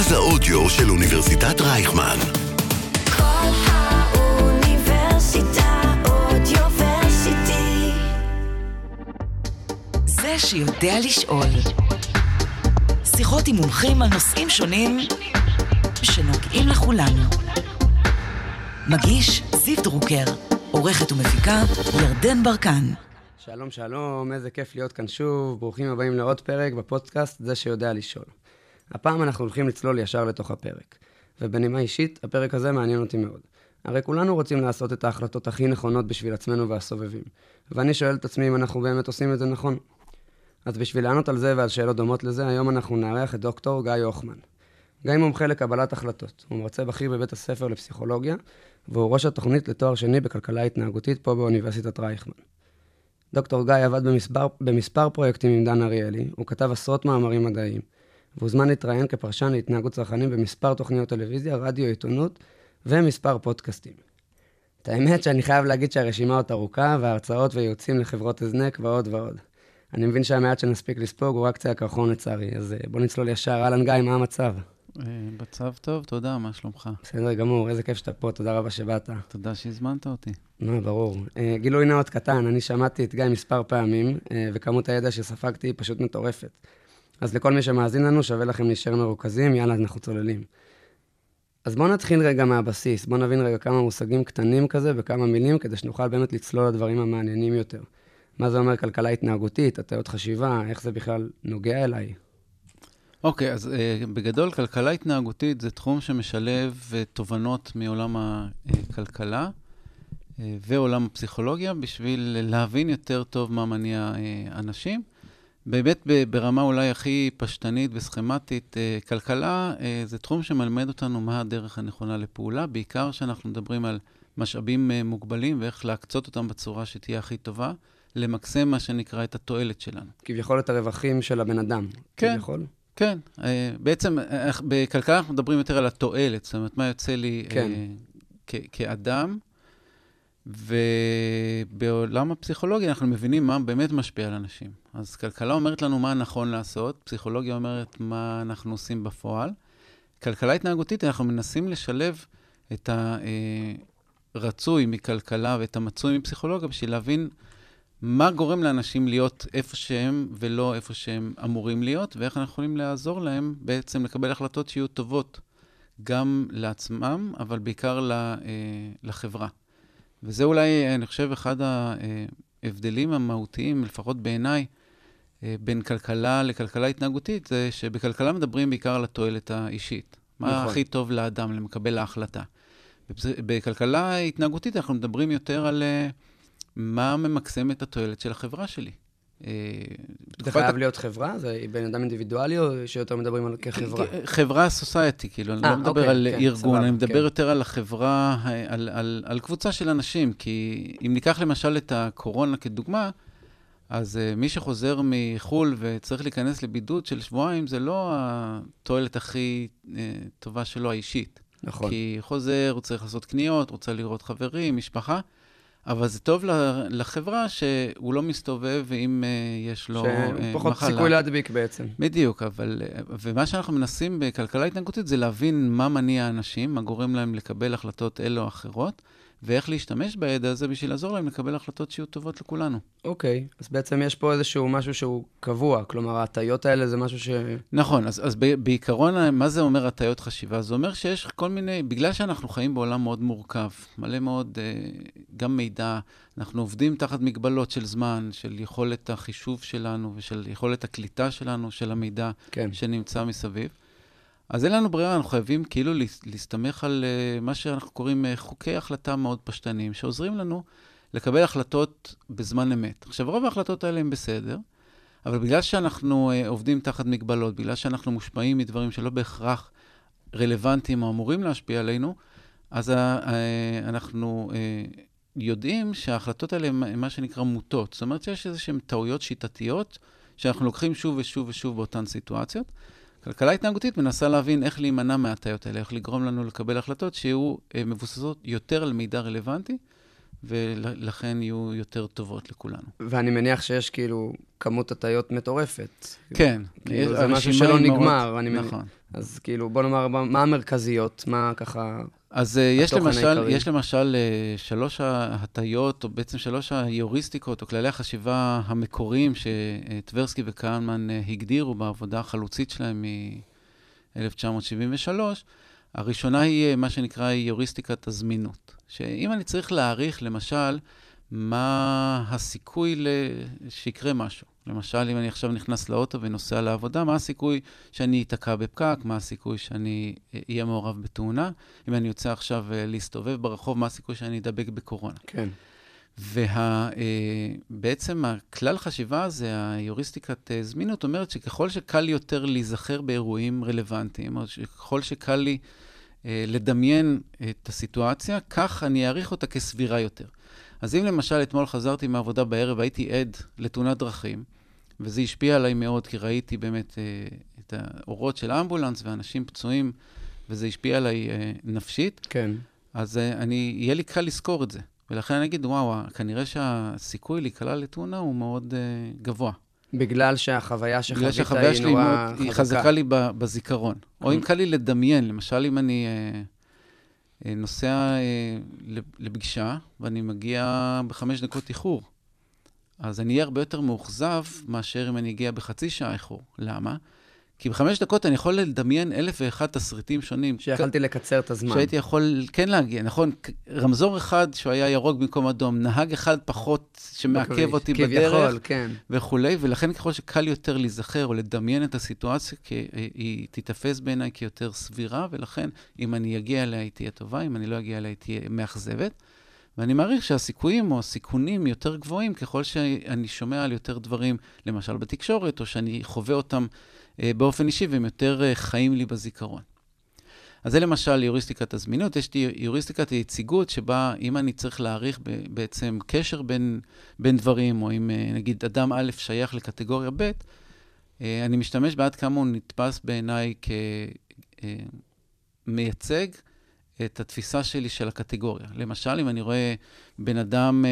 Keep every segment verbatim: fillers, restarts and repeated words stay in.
מרכז האודיו של אוניברסיטת רייכמן. כל האוניברסיטה אודיוורסיטי. זה שיודע לשאול. שיחות עם מומחים על נושאים שונים שנוגעים לכולנו. מגיש זיו דרוקר, עורכת ומפיקה ירדן ברקן. שלום שלום, איזה כיף להיות כאן שוב, ברוכים הבאים לעוד פרק בפודקאסט זה שיודע לשאול. הפעם אנחנו הולכים לצלול ישר לתוך הפרק, ובנימה אישית, הפרק הזה מעניין אותי מאוד. הרי כולנו רוצים לעשות את ההחלטות הכי נכונות בשביל עצמנו והסובבים, ואני שואל את עצמי אם אנחנו באמת עושים את זה נכון. אז בשביל לענות על זה ועל שאלות דומות לזה, היום אנחנו נארח את דוקטור גיא הוחמן. גיא מומחה לקבלת החלטות, הוא מרצה בכיר בבית הספר לפסיכולוגיה, והוא ראש התוכנית לתואר שני בכלכלה התנהגותית פה באוניברסיטת רייכמן. דוקטור גיא עבד במספר, במספר פרויקטים עם דן אריאלי, הוא כתב עשרות מאמרים מדעיים, והוזמן להתראיין כפרשן להתנהגות צרכנים במספר תוכניות טלוויזיה, רדיו, עיתונות ומספר פודקאסטים. את האמת שאני חייב להגיד שהרשימה עוד ארוכה, וההרצאות וייעוצים לחברות הזנק ועוד ועוד. אני מבין שהמעט שנספיק לספוג הוא רק קצה הקרחון לצערי, אז בוא נצלול ישר. אהלן גיא, מה המצב? בצו טוב, תודה, מה שלומך? בסדר גמור, איזה כיף שאתה פה, תודה רבה שבאת. תודה שהזמנת אותי. נו, ברור. גילוי נאות קטן, אני שמעתי את גיא מספר פעמים, וכמות הידע שספגתי היא פשוט מטורפת. אז לכל מי שמאזין לנו, שווה לכם להישאר מרוכזים, יאללה, אנחנו צוללים. אז בואו נתחיל רגע מהבסיס, בואו נבין רגע כמה מושגים קטנים כזה, וכמה מילים, כדי שנוכל באמת לצלול לדברים המעניינים יותר. מה זה אומר כלכלה התנהגותית, הטיות חשיבה, איך זה בכלל נוגע אליי? אוקיי, אז uh, בגדול, כלכלה התנהגותית זה תחום שמשלב uh, תובנות מעולם הכלכלה uh, ועולם הפסיכולוגיה, בשביל להבין יותר טוב מה מניע uh, אנשים. באמת ברמה אולי הכי פשטנית וסכמטית, uh, כלכלה uh, זה תחום שמלמד אותנו מה הדרך הנכונה לפעולה, בעיקר שאנחנו מדברים על משאבים uh, מוגבלים ואיך להקצות אותם בצורה שתהיה הכי טובה, למקסם מה שנקרא את התועלת שלנו. כביכול את הרווחים של הבן אדם. כן. כביכול? כן, בעצם בכלכלה אנחנו מדברים יותר על התועלת, זאת אומרת, מה יוצא לי כן. כאדם, ובעולם הפסיכולוגיה אנחנו מבינים מה באמת משפיע על אנשים. אז כלכלה אומרת לנו מה נכון לעשות, פסיכולוגיה אומרת מה אנחנו עושים בפועל. כלכלה התנהגותית, אנחנו מנסים לשלב את הרצוי מכלכלה ואת המצוי מפסיכולוגיה, בשביל להבין מה גורם לאנשים להיות איפה שהם ולא איפה שהם אמורים להיות, ואיך אנחנו יכולים לעזור להם בעצם לקבל החלטות שיהיו טובות גם לעצמם, אבל בעיקר לחברה. וזה אולי, אני חושב, אחד ההבדלים המהותיים, לפחות בעיניי, בין כלכלה לכלכלה התנהגותית, זה שבכלכלה מדברים בעיקר על התועלת האישית. מה נכון. הכי טוב לאדם, למקבל ההחלטה. בכלכלה התנהגותית אנחנו מדברים יותר על מה ממקסם את התועלת של החברה שלי. זה חייב להיות חברה? זה בן אדם אינדיבידואלי או שיותר מדברים על כחברה? חברה סוסייטי, כאילו, אני לא מדבר על ארגון, אני מדבר יותר על החברה, על קבוצה של אנשים, כי אם ניקח למשל את הקורונה כדוגמה, אז מי שחוזר מחול וצריך להיכנס לבידוד של שבועיים, זה לא התועלת הכי טובה שלו האישית. נכון. כי חוזר, הוא צריך לעשות קניות, רוצה לראות חברים, משפחה, אבל זה טוב לחברה שהוא לא מסתובב ואם יש לו מחלה. פחות סיכוי להדביק בעצם. בדיוק, אבל, ומה שאנחנו מנסים בכלכלה התנהגותית זה להבין מה מניע האנשים, מה גורם להם לקבל החלטות אלו או אחרות, ואיך להשתמש בידע הזה בשביל לעזור להם לקבל החלטות שיהיו טובות לכולנו. אוקיי, אז בעצם יש פה איזשהו משהו שהוא קבוע, כלומר, ההטיות האלה זה משהו ש... נכון, אז, אז בעיקרון, מה זה אומר הטיות חשיבה? זה אומר שיש כל מיני, בגלל שאנחנו חיים בעולם מאוד מורכב, מלא מאוד, גם מידע, אנחנו עובדים תחת מגבלות של זמן, של יכולת החישוב שלנו, ושל יכולת הקליטה שלנו, של המידע כן. שנמצא מסביב. אז אין לנו ברירה, אנחנו חייבים כאילו להסתמך על uh, מה שאנחנו קוראים uh, חוקי החלטה מאוד פשטניים, שעוזרים לנו לקבל החלטות בזמן אמת. עכשיו, רוב ההחלטות האלה הם בסדר, אבל בגלל שאנחנו uh, עובדים תחת מגבלות, בגלל שאנחנו מושפעים מדברים שלא בהכרח רלוונטיים או אמורים להשפיע עלינו, אז uh, uh, אנחנו uh, יודעים שההחלטות האלה הן מה שנקרא מוטות. זאת אומרת שיש איזשהן טעויות שיטתיות, שאנחנו לוקחים שוב ושוב ושוב באותן סיטואציות, כלכלה התנהגותית מנסה להבין איך להימנע מהטעויות האלה, איך לגרום לנו לקבל החלטות שיהיו מבוססות יותר על מידע רלוונטי, ולכן יהיו יותר טובות לכולנו. ואני מניח שיש כאילו כמות הטיות מטורפת. כן. כאילו, זה משהו שלא נגמר. אני מניח. נכון. אז כאילו, בוא נאמר, מה המרכזיות? מה ככה... אז יש למשל, יש למשל שלוש ההטיות, או בעצם שלוש היוריסטיקות, או כללי החשיבה המקוריים שטברסקי וקהנמן הגדירו בעבודה החלוצית שלהם מ-אלף תשע מאות שבעים ושלוש. הראשונה היא מה שנקרא יוריסטיקת הזמינות. שאם אני צריך להעריך, למשל, מה הסיכוי שיקרה משהו. למשל, אם אני עכשיו נכנס לאוטו ונוסע לעבודה, מה הסיכוי שאני אתקע בפקק, מה הסיכוי שאני אהיה מעורב בתאונה, אם אני יוצא עכשיו להסתובב ברחוב, מה הסיכוי שאני אדבק בקורונה. כן. ובעצם הכלל חשיבה הזה, היוריסטיקת זמינות, אומרת שככל שקל יותר להיזכר באירועים רלוונטיים, או שככל שקל לי לדמיין את הסיטואציה, כך אני אעריך אותה כסבירה יותר. אז אם למשל אתמול חזרתי מהעבודה בערב, הייתי עד לתאונת דרכים, וזה השפיע עליי מאוד, כי ראיתי באמת את האורות של האמבולנס ואנשים פצועים, וזה השפיע עליי נפשית, כן. אז אני, יהיה לי קל לזכור את זה. ולכן אני אגיד, וואו, כנראה שהסיכוי להיקלע לתאונה הוא מאוד uh, גבוה. בגלל שהחוויה שחווית היא נורא חזקה. בגלל שהחוויה שלי היא חזקה לי בזיכרון. או אם קל לי לדמיין, למשל אם אני uh, נוסע uh, לפגישה, ואני מגיע בחמש דקות איחור, אז אני אהיה הרבה יותר מאוכזב מאשר אם אני אגיע בחצי שעה איחור. למה? כי בחמש דקות אני יכול לדמיין אלף ואחד תסריטים שונים. שיכלתי לקצר את הזמן. שהייתי יכול כן להגיע, נכון? רמזור אחד שהוא היה ירוק במקום אדום, נהג אחד פחות שמעכב אותי בדרך, כן. וכולי, ולכן ככל שקל יותר להיזכר או לדמיין את הסיטואציה, כי היא תתאפס בעיניי כיותר סבירה, ולכן אם אני אגיע אליה היא תהיה טובה, אם אני לא אגיע אליה היא תהיה מאכזבת. ואני מעריך שהסיכויים או הסיכונים יותר גבוהים, ככל שאני שומע על יותר דברים, למשל בתקשורת, או שאני חווה אותם באופן אישי, והם יותר חיים לי בזיכרון. אז זה למשל יוריסטיקת הזמינות. יש לי יוריסטיקת היציגות, שבה אם אני צריך להעריך בעצם קשר בין, בין דברים, או אם נגיד אדם א' שייך לקטגוריה ב', אני משתמש בעד כמה הוא נתפס בעיניי כמייצג את התפיסה שלי של הקטגוריה. למשל, אם אני רואה בן אדם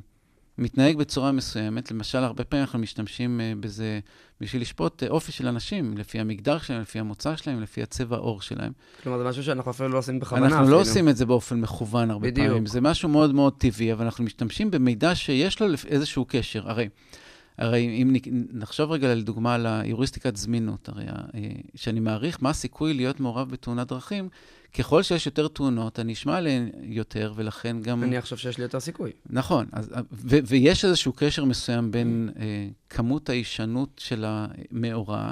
מתנהג בצורה מסוימת, למשל, הרבה פעמים אנחנו משתמשים בזה בשביל לשפוט אופי של אנשים, לפי המגדר שלהם, לפי המוצא שלהם, לפי הצבע העור שלהם. כלומר, זה משהו שאנחנו אפילו לא עושים בכוונה. אנחנו לא עושים את זה באופן מכוון הרבה פעמים. זה משהו מאוד מאוד טבעי, אבל אנחנו משתמשים במידע שיש לו איזשהו קשר. הרי, הרי אם נחשוב רגע לדוגמה על היוריסטיקת זמינות, הרי שאני מעריך מה הסיכוי להיות מעורב בתאונת דרכים, ככל שיש יותר תאונות, אני אשמע עליהן יותר, ולכן גם... אני חושב שיש לי יותר סיכוי. נכון, אז, ו- ויש איזשהו קשר מסוים בין אה, כמות ההישנות של המאורע,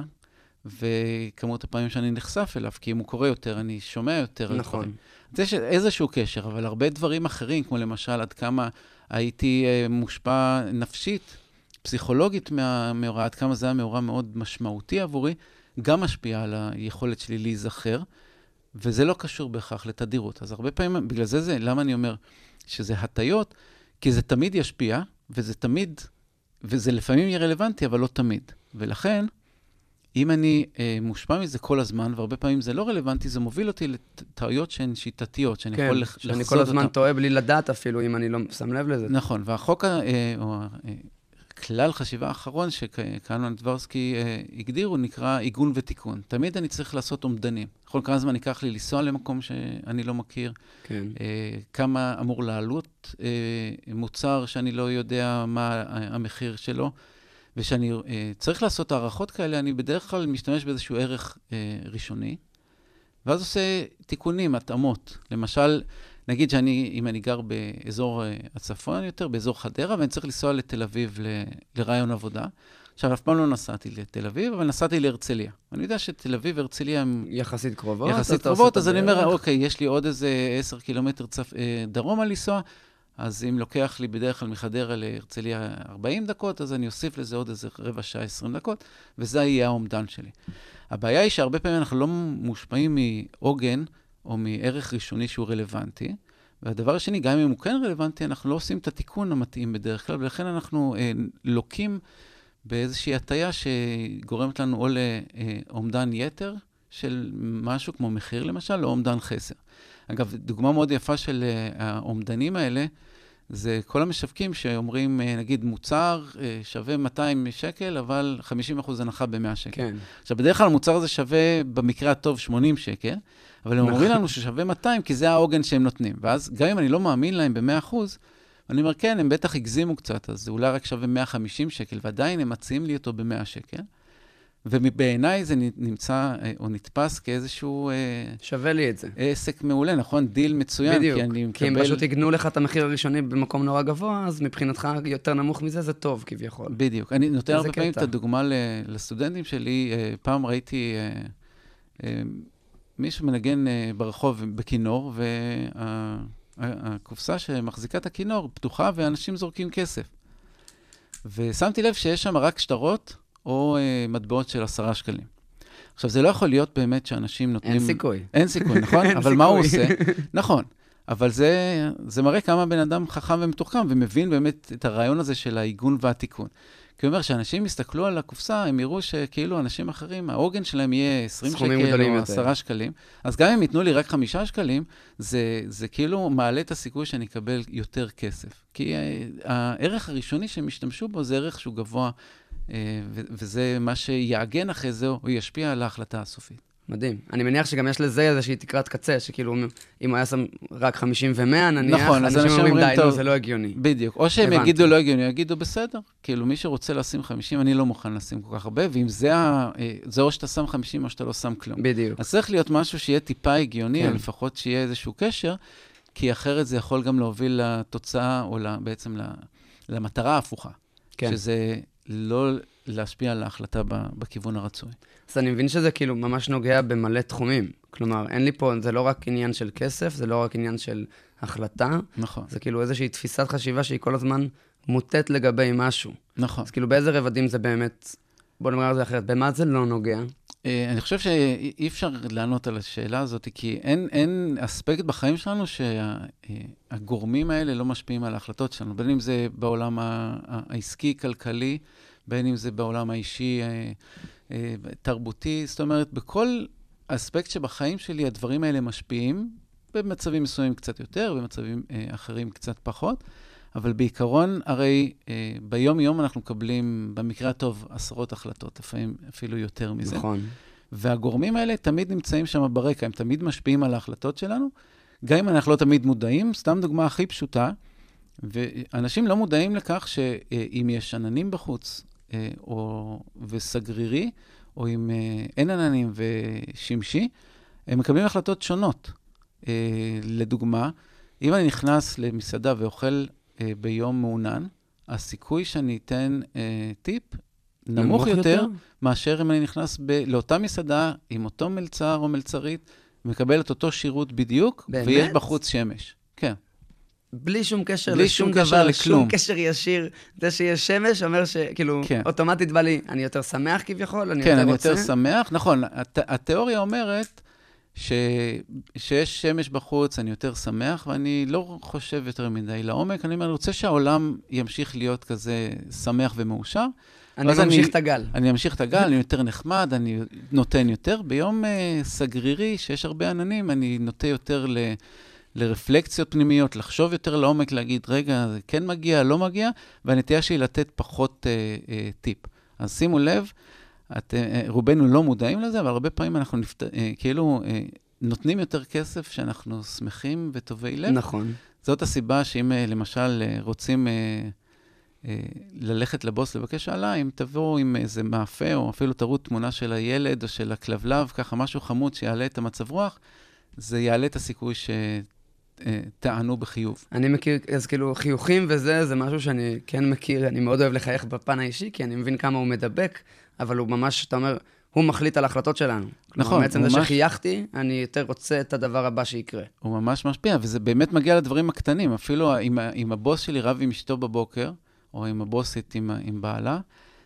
וכמות הפעמים שאני נחשף אליו, כי אם הוא קורה יותר, אני שומע יותר. נכון. אז יש איזשהו קשר, אבל הרבה דברים אחרים, כמו למשל, עד כמה הייתי אה, מושפע נפשית, פסיכולוגית מהמאורע, עד כמה זה היה מאורע מאוד משמעותי עבורי, גם משפיע על היכולת שלי להיזכר, וזה לא קשור בהכרח לתדירות. אז הרבה פעמים, בגלל זה זה, למה אני אומר שזה הטיות? כי זה תמיד ישפיע, וזה תמיד, וזה לפעמים יהיה רלוונטי, אבל לא תמיד. ולכן, אם אני אה, מושפע מזה כל הזמן, והרבה פעמים זה לא רלוונטי, זה מוביל אותי לטעויות שהן שיטתיות, שאני כן, יכול לחזות אותן. שאני כל הזמן טועה בלי לדעת אפילו, אם אני לא שם לב לזה. נכון, והחוק, אה, או אה, כלל חשיבה האחרון שקהנמן טברסקי אה, הגדירו, נקרא עיגון ותיקון. תמיד אני צריך לעשות אומדנים. כל כמה זמן ייקח לי לנסוע למקום שאני לא מכיר. כן. אה, כמה אמור לעלות אה, מוצר שאני לא יודע מה המחיר שלו. ושאני אה, צריך לעשות הערכות כאלה, אני בדרך כלל משתמש באיזשהו ערך אה, ראשוני, ואז עושה תיקונים, התאמות. למשל, נגיד שאני, אם אני גר באזור הצפון יותר, באזור חדרה, ואני צריך לנסוע לתל אביב ל, לרעיון עבודה. עכשיו, אף פעם לא נסעתי לתל אביב, אבל נסעתי להרצליה. אני יודע שתל אביב והרצליה הם... יחסית קרובות. יחסית קרובות, אז אני אומר, אוקיי, יש לי עוד איזה עשר קילומטר צפ... דרומה לנסוע, אז אם לוקח לי בדרך כלל מחדרה להרצליה ארבעים דקות, אז אני אוסיף לזה עוד איזה רבע שעה, עשרים דקות, וזה יהיה העומדן שלי. הבעיה היא שהרבה פעמים אנחנו לא מושפעים מעוגן, או מערך ראשוני שהוא רלוונטי, והדבר השני, גם אם הוא כן רלוונטי, אנחנו לא עושים את התיקון המתאים בדרך כלל, ולכן אנחנו אה, לוקים באיזושהי הטיה שגורמת לנו או לעומדן יתר של משהו כמו מחיר למשל, או עומדן חסר. אגב, דוגמה מאוד יפה של העומדנים האלה, זה כל המשווקים שאומרים, נגיד, מוצר שווה מאתיים שקל, אבל חמישים אחוז הנחה ב-מאה שקל. כן. עכשיו, בדרך כלל המוצר הזה שווה במקרה הטוב שמונים שקל, אבל הם אומרים לנו ששווה מאתיים, כי זה העוגן שהם נותנים. ואז, גם אם אני לא מאמין להם ב-מאה אחוז, אני אומר, כן, הם בטח הגזימו קצת, אז זה אולי רק שווה מאה וחמישים שקל, ועדיין הם מציעים לי אותו ב-מאה שקל. ובעיניי זה נמצא או נתפס כאיזשהו... שווה לי את זה. עסק מעולה, נכון? דיל מצוין. בדיוק, כי, אני כי מקבל... אם פשוט יגנו לך את המחיר הראשוני במקום נורא גבוה, אז מבחינתך יותר נמוך מזה, זה טוב כביכול. בדיוק. אני נותן הרבה פעמים קטע. את הדוגמה לסטודנטים שלי. פעם ראיתי מישהו מנגן ברחוב בכינור, והקופסה שמחזיקה את הכינור פתוחה, ואנשים זורקים כסף. ושמתי לב שיש שם רק שטרות, או uh, מטבעות של עשרה שקלים. עכשיו, זה לא יכול להיות באמת שאנשים נותנים... אין סיכוי. אין סיכוי, נכון? אין אבל סיכוי. מה הוא עושה? נכון. אבל זה, זה מראה כמה בן אדם חכם ומתוחכם, ומבין באמת את הרעיון הזה של העיגון והתיקון. כי הוא אומר, שאנשים יסתכלו על הקופסה, הם יראו שכאילו אנשים אחרים, העוגן שלהם יהיה עשרים שקל או עשרה שקלים. אז גם אם ייתנו לי רק חמישה שקלים, זה, זה כאילו מעלה את הסיכוי שאני אקבל יותר כסף. כי הערך הראשוני שהם השתמשו בו זה ערך שהוא גבוה, וזה מה שיעגן אחרי זה, או ישפיע על ההחלטה הסופית. מדהים. אני מניח שגם יש לזה איזושהי תקרת קצה, שכאילו אם הוא היה שם רק חמישים ומאה, נניח, נכון, אנשים אומרים, די, לא, זה לא הגיוני. בדיוק. או שהם יגידו לא הגיוני, יגידו בסדר. כאילו, מי שרוצה לשים חמישים, אני לא מוכן לשים כל כך הרבה, ואם זה, זה או שאתה שם חמישים, או שאתה לא שם כלום. בדיוק. אז צריך להיות משהו שיהיה טיפה הגיוני, או לפחות שיהיה איזשהו קשר, כי אחרת זה יכול גם להוביל לתוצאה, או בעצם למטרה ההפוכה. שזה לא להשפיע על ההחלטה בכיוון הרצוי. אז אני מבין שזה כאילו ממש נוגע במלא תחומים. כלומר, אין לי פה, זה לא רק עניין של כסף, זה לא רק עניין של החלטה. נכון. זה כאילו איזושהי תפיסת חשיבה שהיא כל הזמן מוטט לגבי משהו. נכון. אז כאילו באיזה רבדים זה באמת, בוא נאמר את זה אחרת, במה זה לא נוגע? אני חושב שאי אפשר לענות על השאלה הזאת, כי אין, אין אספקט בחיים שלנו שהגורמים האלה לא משפיעים על ההחלטות שלנו. בין אם זה בעולם העסקי, כלכלי, בין אם זה בעולם האישי, תרבותי. זאת אומרת, בכל אספקט שבחיים שלי הדברים האלה משפיעים, במצבים מסוימים קצת יותר, במצבים אחרים קצת פחות. אבל בעיקרון, הרי ביום יום אנחנו מקבלים, במקרה הטוב, עשרות החלטות, לפעמים אפילו יותר מזה. נכון. והגורמים האלה תמיד נמצאים שם ברקע, הם תמיד משפיעים על ההחלטות שלנו, גם אם אנחנו לא תמיד מודעים. סתם דוגמה הכי פשוטה, ואנשים לא מודעים לכך שאם יש עננים בחוץ, או וסגרירי, או אם אין עננים ושמשי, הם מקבלים החלטות שונות. לדוגמה, אם אני נכנס למסעדה ואוכל ביום מעונן, הסיכוי שאני אתן טיפ נמוך, נמוך יותר, יותר, מאשר אם אני נכנס ב- לאותה מסעדה עם אותו מלצר או מלצרית, מקבל את אותו שירות בדיוק, באמת? ויש בחוץ שמש. כן. בלי שום קשר בלי לשום שום דבר, קשר שום קשר ישיר. זה שיש שמש אומר שכאילו, כן. אוטומטית בא לי, אני יותר שמח כביכול, אני כן, יותר אני רוצה. יותר שמח. נכון, הת- התיאוריה אומרת ש... שיש שמש בחוץ, אני יותר שמח, ואני לא חושב יותר מדי לעומק. אני אומר, אני רוצה שהעולם ימשיך להיות כזה שמח ומאושר. אני ממשיך אני, את הגל. אני ממשיך את הגל, אני יותר נחמד, אני נותן יותר. ביום uh, סגרירי, שיש הרבה עננים, אני נוטה יותר ל... לרפלקציות פנימיות, לחשוב יותר לעומק, להגיד, רגע, זה כן מגיע, לא מגיע, והנטייה שלי לתת פחות uh, uh, טיפ. אז שימו לב, את, uh, רובנו לא מודעים לזה, אבל הרבה פעמים אנחנו נפת... uh, כאילו uh, נותנים יותר כסף שאנחנו שמחים וטובי לב. נכון. זאת הסיבה שאם uh, למשל uh, רוצים uh, uh, ללכת לבוס לבקש עלה, אם תבואו עם איזה מאפה, או אפילו תראו תמונה של הילד או של הכלבלב, ככה משהו חמוד שיעלה את המצב רוח, זה יעלה את הסיכוי ש... טענו בחיוב. אני מכיר, אז כאילו חיוכים וזה, זה משהו שאני כן מכיר, אני מאוד אוהב לחייך בפן האישי, כי אני מבין כמה הוא מדבק, אבל הוא ממש, אתה אומר, הוא מחליט על ההחלטות שלנו. נכון. בעצם זה שחייכתי, אני יותר רוצה את הדבר הבא שיקרה. הוא ממש משפיע, וזה באמת מגיע לדברים הקטנים. אפילו אם, אם הבוס שלי רב עם אשתו בבוקר, או עם הבוסית עם, עם בעלה,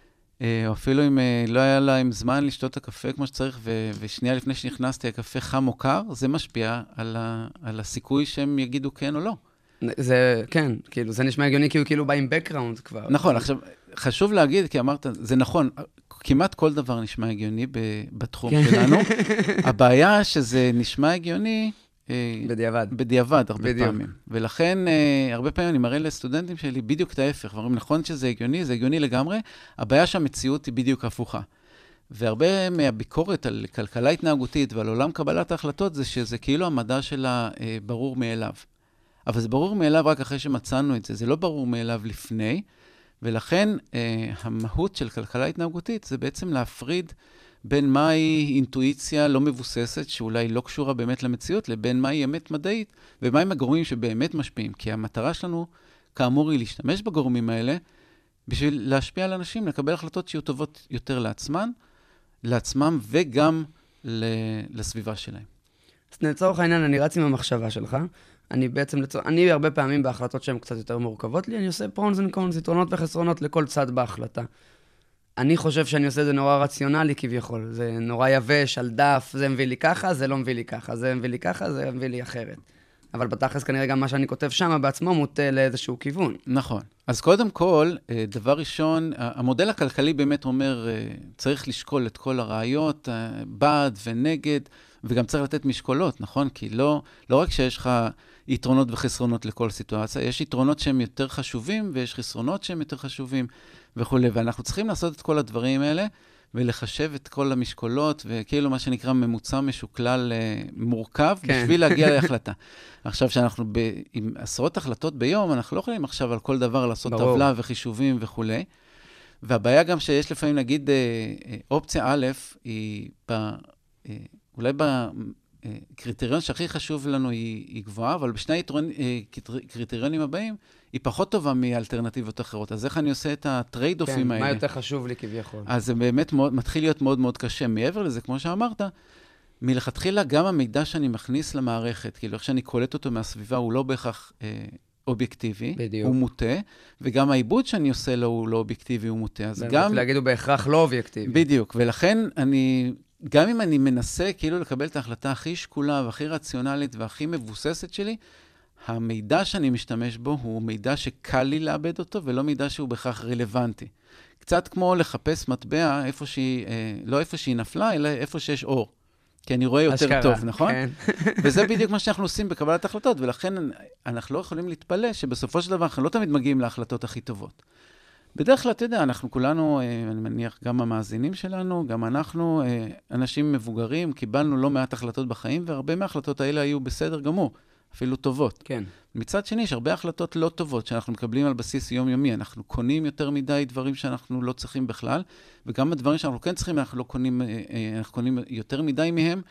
או אפילו אם לא היה לה עם זמן לשתות את הקפה כמו שצריך, ו- ושנייה לפני שנכנסתי, הקפה חם או קר, זה משפיע על, ה- על הסיכוי שהם יגידו כן או לא. זה, כן, כאילו, זה נשמע הגיוני, כי הוא כאילו בא עם בקראונד כבר. נכון, עכשיו, חשוב להגיד, כי אמרת, זה נכון, כמעט כל דבר נשמע הגיוני ב- בתחום שלנו. הבעיה שזה נשמע הגיוני, בדיעבד. בדיעבד, הרבה בדיוק. פעמים. ולכן, הרבה פעמים אני מראה לסטודנטים שלי בדיוק את ההפך. ואומרים, נכון שזה הגיוני, זה הגיוני לגמרי, הבעיה שהמציאות היא בדיוק הפוכה. והרבה מהביקורת על כלכלה התנהגותית ועל עולם קבלת ההחלטות, זה שזה כאילו המדע שלה ברור מאליו. אבל זה ברור מאליו רק אחרי שמצאנו את זה. זה לא ברור מאליו לפני, ולכן המהות של כלכלה התנהגותית זה בעצם להפריד בין מהי אינטואיציה לא מבוססת, שאולי לא קשורה באמת למציאות, לבין מהי אמת מדעית, ומהם הגורמים שבאמת משפיעים. כי המטרה שלנו, כאמור, היא להשתמש בגורמים האלה, בשביל להשפיע על אנשים, לקבל החלטות שיהיו טובות יותר לעצמן, לעצמם וגם לסביבה שלהם. אז לצורך העניין, אני רץ עם המחשבה שלך. אני בעצם, לצור... אני הרבה פעמים בהחלטות שהן קצת יותר מורכבות לי, אני עושה פרונס וקונס, יתרונות וחסרונות לכל צד בהחלטה. אני חושב שאני עושה את זה נורא רציונלי כביכול. זה נורא יבש, על דף, זה מביא לי ככה, זה לא מביא לי ככה, זה מביא לי ככה, זה מביא לי אחרת. אבל בתכלס כנראה גם מה שאני כותב שם בעצמו מוטה לאיזשהו כיוון. נכון. אז קודם כל, דבר ראשון, המודל הכלכלי באמת אומר, צריך לשקול את כל הראיות, בעד ונגד, וגם צריך לתת משקולות, נכון? כי לא, לא רק שיש לך יתרונות וחסרונות לכל סיטואציה, יש יתרונות שהם יותר חשובים, ויש חסרונות שהם יותר חשובים, וכו'. ואנחנו צריכים לעשות את כל הדברים האלה, ולחשב את כל המשקולות, וכאילו מה שנקרא ממוצע משוקלל מורכב, כן. בשביל להגיע להחלטה. עכשיו, שאנחנו ב, עם עשרות החלטות ביום, אנחנו לא יכולים עכשיו על כל דבר לעשות ברור. טבלה וחישובים וכו'. והבעיה גם שיש לפעמים, נגיד, אופציה א', היא ב, אולי בקריטריון שהכי חשוב לנו היא, היא גבוהה, אבל בשני קריטריונים הבאים, היא פחות טובה מאלטרנטיבות אחרות. אז איך אני עושה את הטרייד-אופים כן, האלה? מה יותר חשוב לי כביכול? אז זה באמת מאוד, מתחיל להיות מאוד מאוד קשה. מעבר לזה, כמו שאמרת, מלכתחילה גם המידע שאני מכניס למערכת, כאילו איך שאני קולט אותו מהסביבה, הוא לא בהכרח אה, אובייקטיבי, בדיוק. הוא מוטה, וגם העיבוד שאני עושה לו הוא לא אובייקטיבי, הוא מוטה. אז גם... להגיד הוא בהכרח לא אובייקטיבי. בדיוק, ולכן אני... גם אם אני מנסה כאילו לקבל את ההחלטה הכי שקולה והכי רציונלית והכי מבוססת שלי, המידע שאני משתמש בו הוא מידע שקל לי לאבד אותו, ולא מידע שהוא בכך רלוונטי. קצת כמו לחפש מטבע איפה שהיא, לא איפה שהיא נפלה, אלא איפה שיש אור. כי אני רואה יותר אשכרה, טוב, נכון? כן. וזה בדיוק מה שאנחנו עושים בקבלת החלטות, ולכן אנחנו לא יכולים להתפלא שבסופו של דבר אנחנו לא תמיד מגיעים להחלטות הכי טובות. בדרך כלל, אתה יודע, אנחנו כולנו, אני מניח, גם המאזינים שלנו, גם אנחנו, אנשים מבוגרים, קיבלנו לא מעט החלטות בחיים, והרבה מההחלטות האלה היו בסדר גמור, אפילו טובות. כן. מצד שני, יש הרבה החלטות לא טובות שאנחנו מקבלים על בסיס יומיומי. אנחנו קונים יותר מדי דברים שאנחנו לא צריכים בכלל, וגם הדברים שאנחנו כן צריכים, אנחנו לא קונים, אנחנו קונים יותר מדי מהם.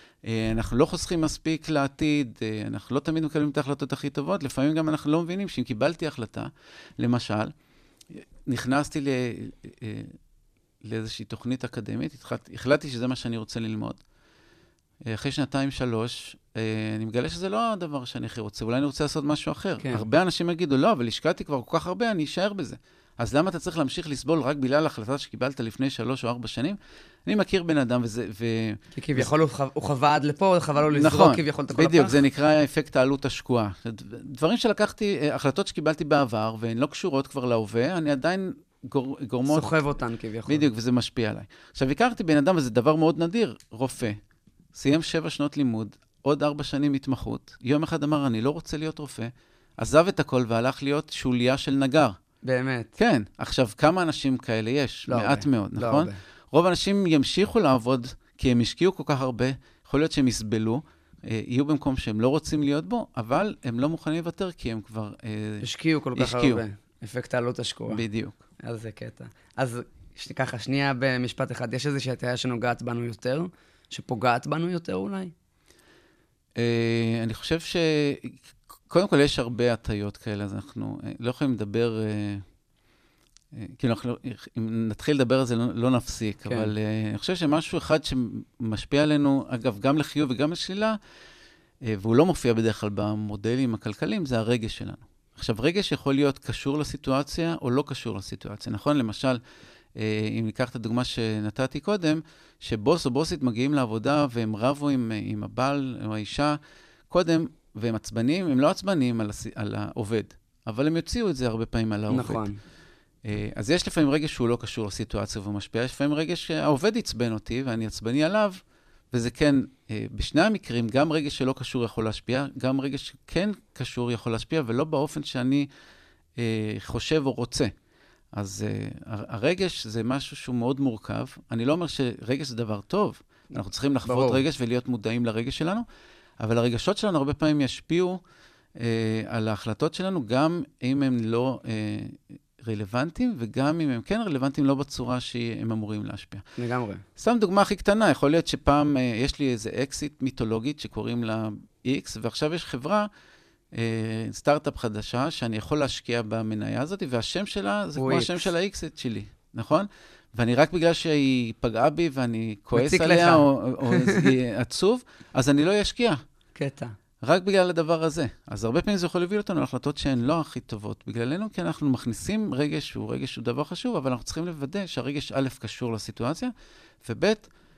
אנחנו לא חוסכים מספיק לעתיד, אנחנו לא תמיד מקבלים את ההחלטות הכי טובות, לפעמים גם אנחנו לא מבינים שאם קיבלתי החלטה, למשל, נכנסתי ל... לאיזושהי תוכנית אקדמית, החלטתי שזה מה שאני רוצה ללמוד. אחרי שנתיים, שלוש, אני מגלה שזה לא הדבר שאני הכי רוצה, אולי אני רוצה לעשות משהו אחר. כן. הרבה אנשים יגידו, לא, אבל השקעתי כבר כל כך הרבה, אני אשאר בזה. אז למה אתה צריך להמשיך לסבול רק בגלל ההחלטה שקיבלת לפני שלוש או ארבע שנים? אני מכיר בן אדם וזה... ו... כי כביכול הוא, חו... הוא חווה עד לפה, חווה לו לזרוק נכון, כביכול את הכל הפח. בדיוק, זה נקרא אפקט העלות השקועה. דברים שלקחתי, החלטות שקיבלתי בעבר, והן לא קשורות כבר להווה, אני עדיין גור... גורמות... סוחב אותן כביכול. בדיוק, וזה משפיע עליי. עכשיו, הכרתי בן אדם, וזה דבר מאוד נדיר, רופא. סיים שבע שנות לימוד, עוד ארבע שנים התמחות. יום אחד אמר, אני לא רוצה להיות רופא. עזב את הכל והלך להיות שוליה של נגר. באמת. כן. עכשיו, כמה אנשים כאלה יש? לא מעט הרבה. מאוד, נכון? לא הרבה. רוב האנשים ימשיכו לעבוד, כי הם השקיעו כל כך הרבה, יכול להיות שהם יסבלו, אה, יהיו במקום שהם לא רוצים להיות בו, אבל הם לא מוכנים לוותר, כי הם כבר אה, השקיעו כל כך השקיעו. הרבה. אפקט העלות השקועה. בדיוק. אז זה קטע. אז ככה, שנייה במשפט אחד, יש איזושהי הטעיה שנוגעת בנו יותר, שפוגעת בנו יותר אולי? אה, אני חושב ש... קודם כל, יש הרבה הטיות כאלה, אז אנחנו לא יכולים לדבר, כאילו, אם נתחיל לדבר על זה, לא נפסיק, אבל אני חושב שמשהו אחד שמשפיע עלינו, אגב, גם לחיוב וגם לשלילה, והוא לא מופיע בדרך כלל במודלים הכלכליים, זה הרגש שלנו. עכשיו, רגש יכול להיות קשור לסיטואציה או לא קשור לסיטואציה. נכון? למשל, אם ניקח את הדוגמה שנתתי קודם, שבוס או בוסית מגיעים לעבודה והם רבו עם, עם הבעל או האישה, קודם, והם עצבנים, הם לא עצבנים על, הס... על העובד, אבל הם יוציאו את זה הרבה פעמים על העובד. נכון. אז יש לפעמים רגש שהוא לא קשור לסיטואציה ומשפיע, יש לפעמים רגש שהעובד יצבן אותי ואני עצבני עליו, וזה כן, בשני המקרים, גם רגש שלא קשור יכול להשפיע, גם רגש שכן קשור יכול להשפיע, ולא באופן שאני חושב או רוצה. אז הרגש זה משהו שהוא מאוד מורכב. אני לא אומר שרגש זה דבר טוב, אנחנו צריכים לחוות ברור. רגש ולהיות מודעים לרגש שלנו, אבל הרגשות שלנו הרבה פעמים ישפיעו אה, על ההחלטות שלנו, גם אם הם לא אה, רלוונטיים, וגם אם הם כן רלוונטיים, לא בצורה שהם אמורים להשפיע. לגמרי. שם דוגמה הכי קטנה, יכול להיות שפעם אה, יש לי איזה אקסיט מיתולוגית שקוראים לה X, ועכשיו יש חברה, אה, סטארט-אפ חדשה, שאני יכול להשקיע במניה הזאת, והשם שלה זה כמו X. השם של האקסיט שלי, נכון? ואני רק בגלל שהיא פגעה בי ואני כועס עליה או, או, או עצוב, אז אני לא אשקיע. קטע. רק בגלל הדבר הזה. אז הרבה פעמים זה יכול להביא אותנו להחלטות שהן לא הכי טובות בגללנו, כי אנחנו מכניסים רגש, שהוא רגש שהוא דבר חשוב, אבל אנחנו צריכים לוודא שהרגש א' קשור לסיטואציה, וב'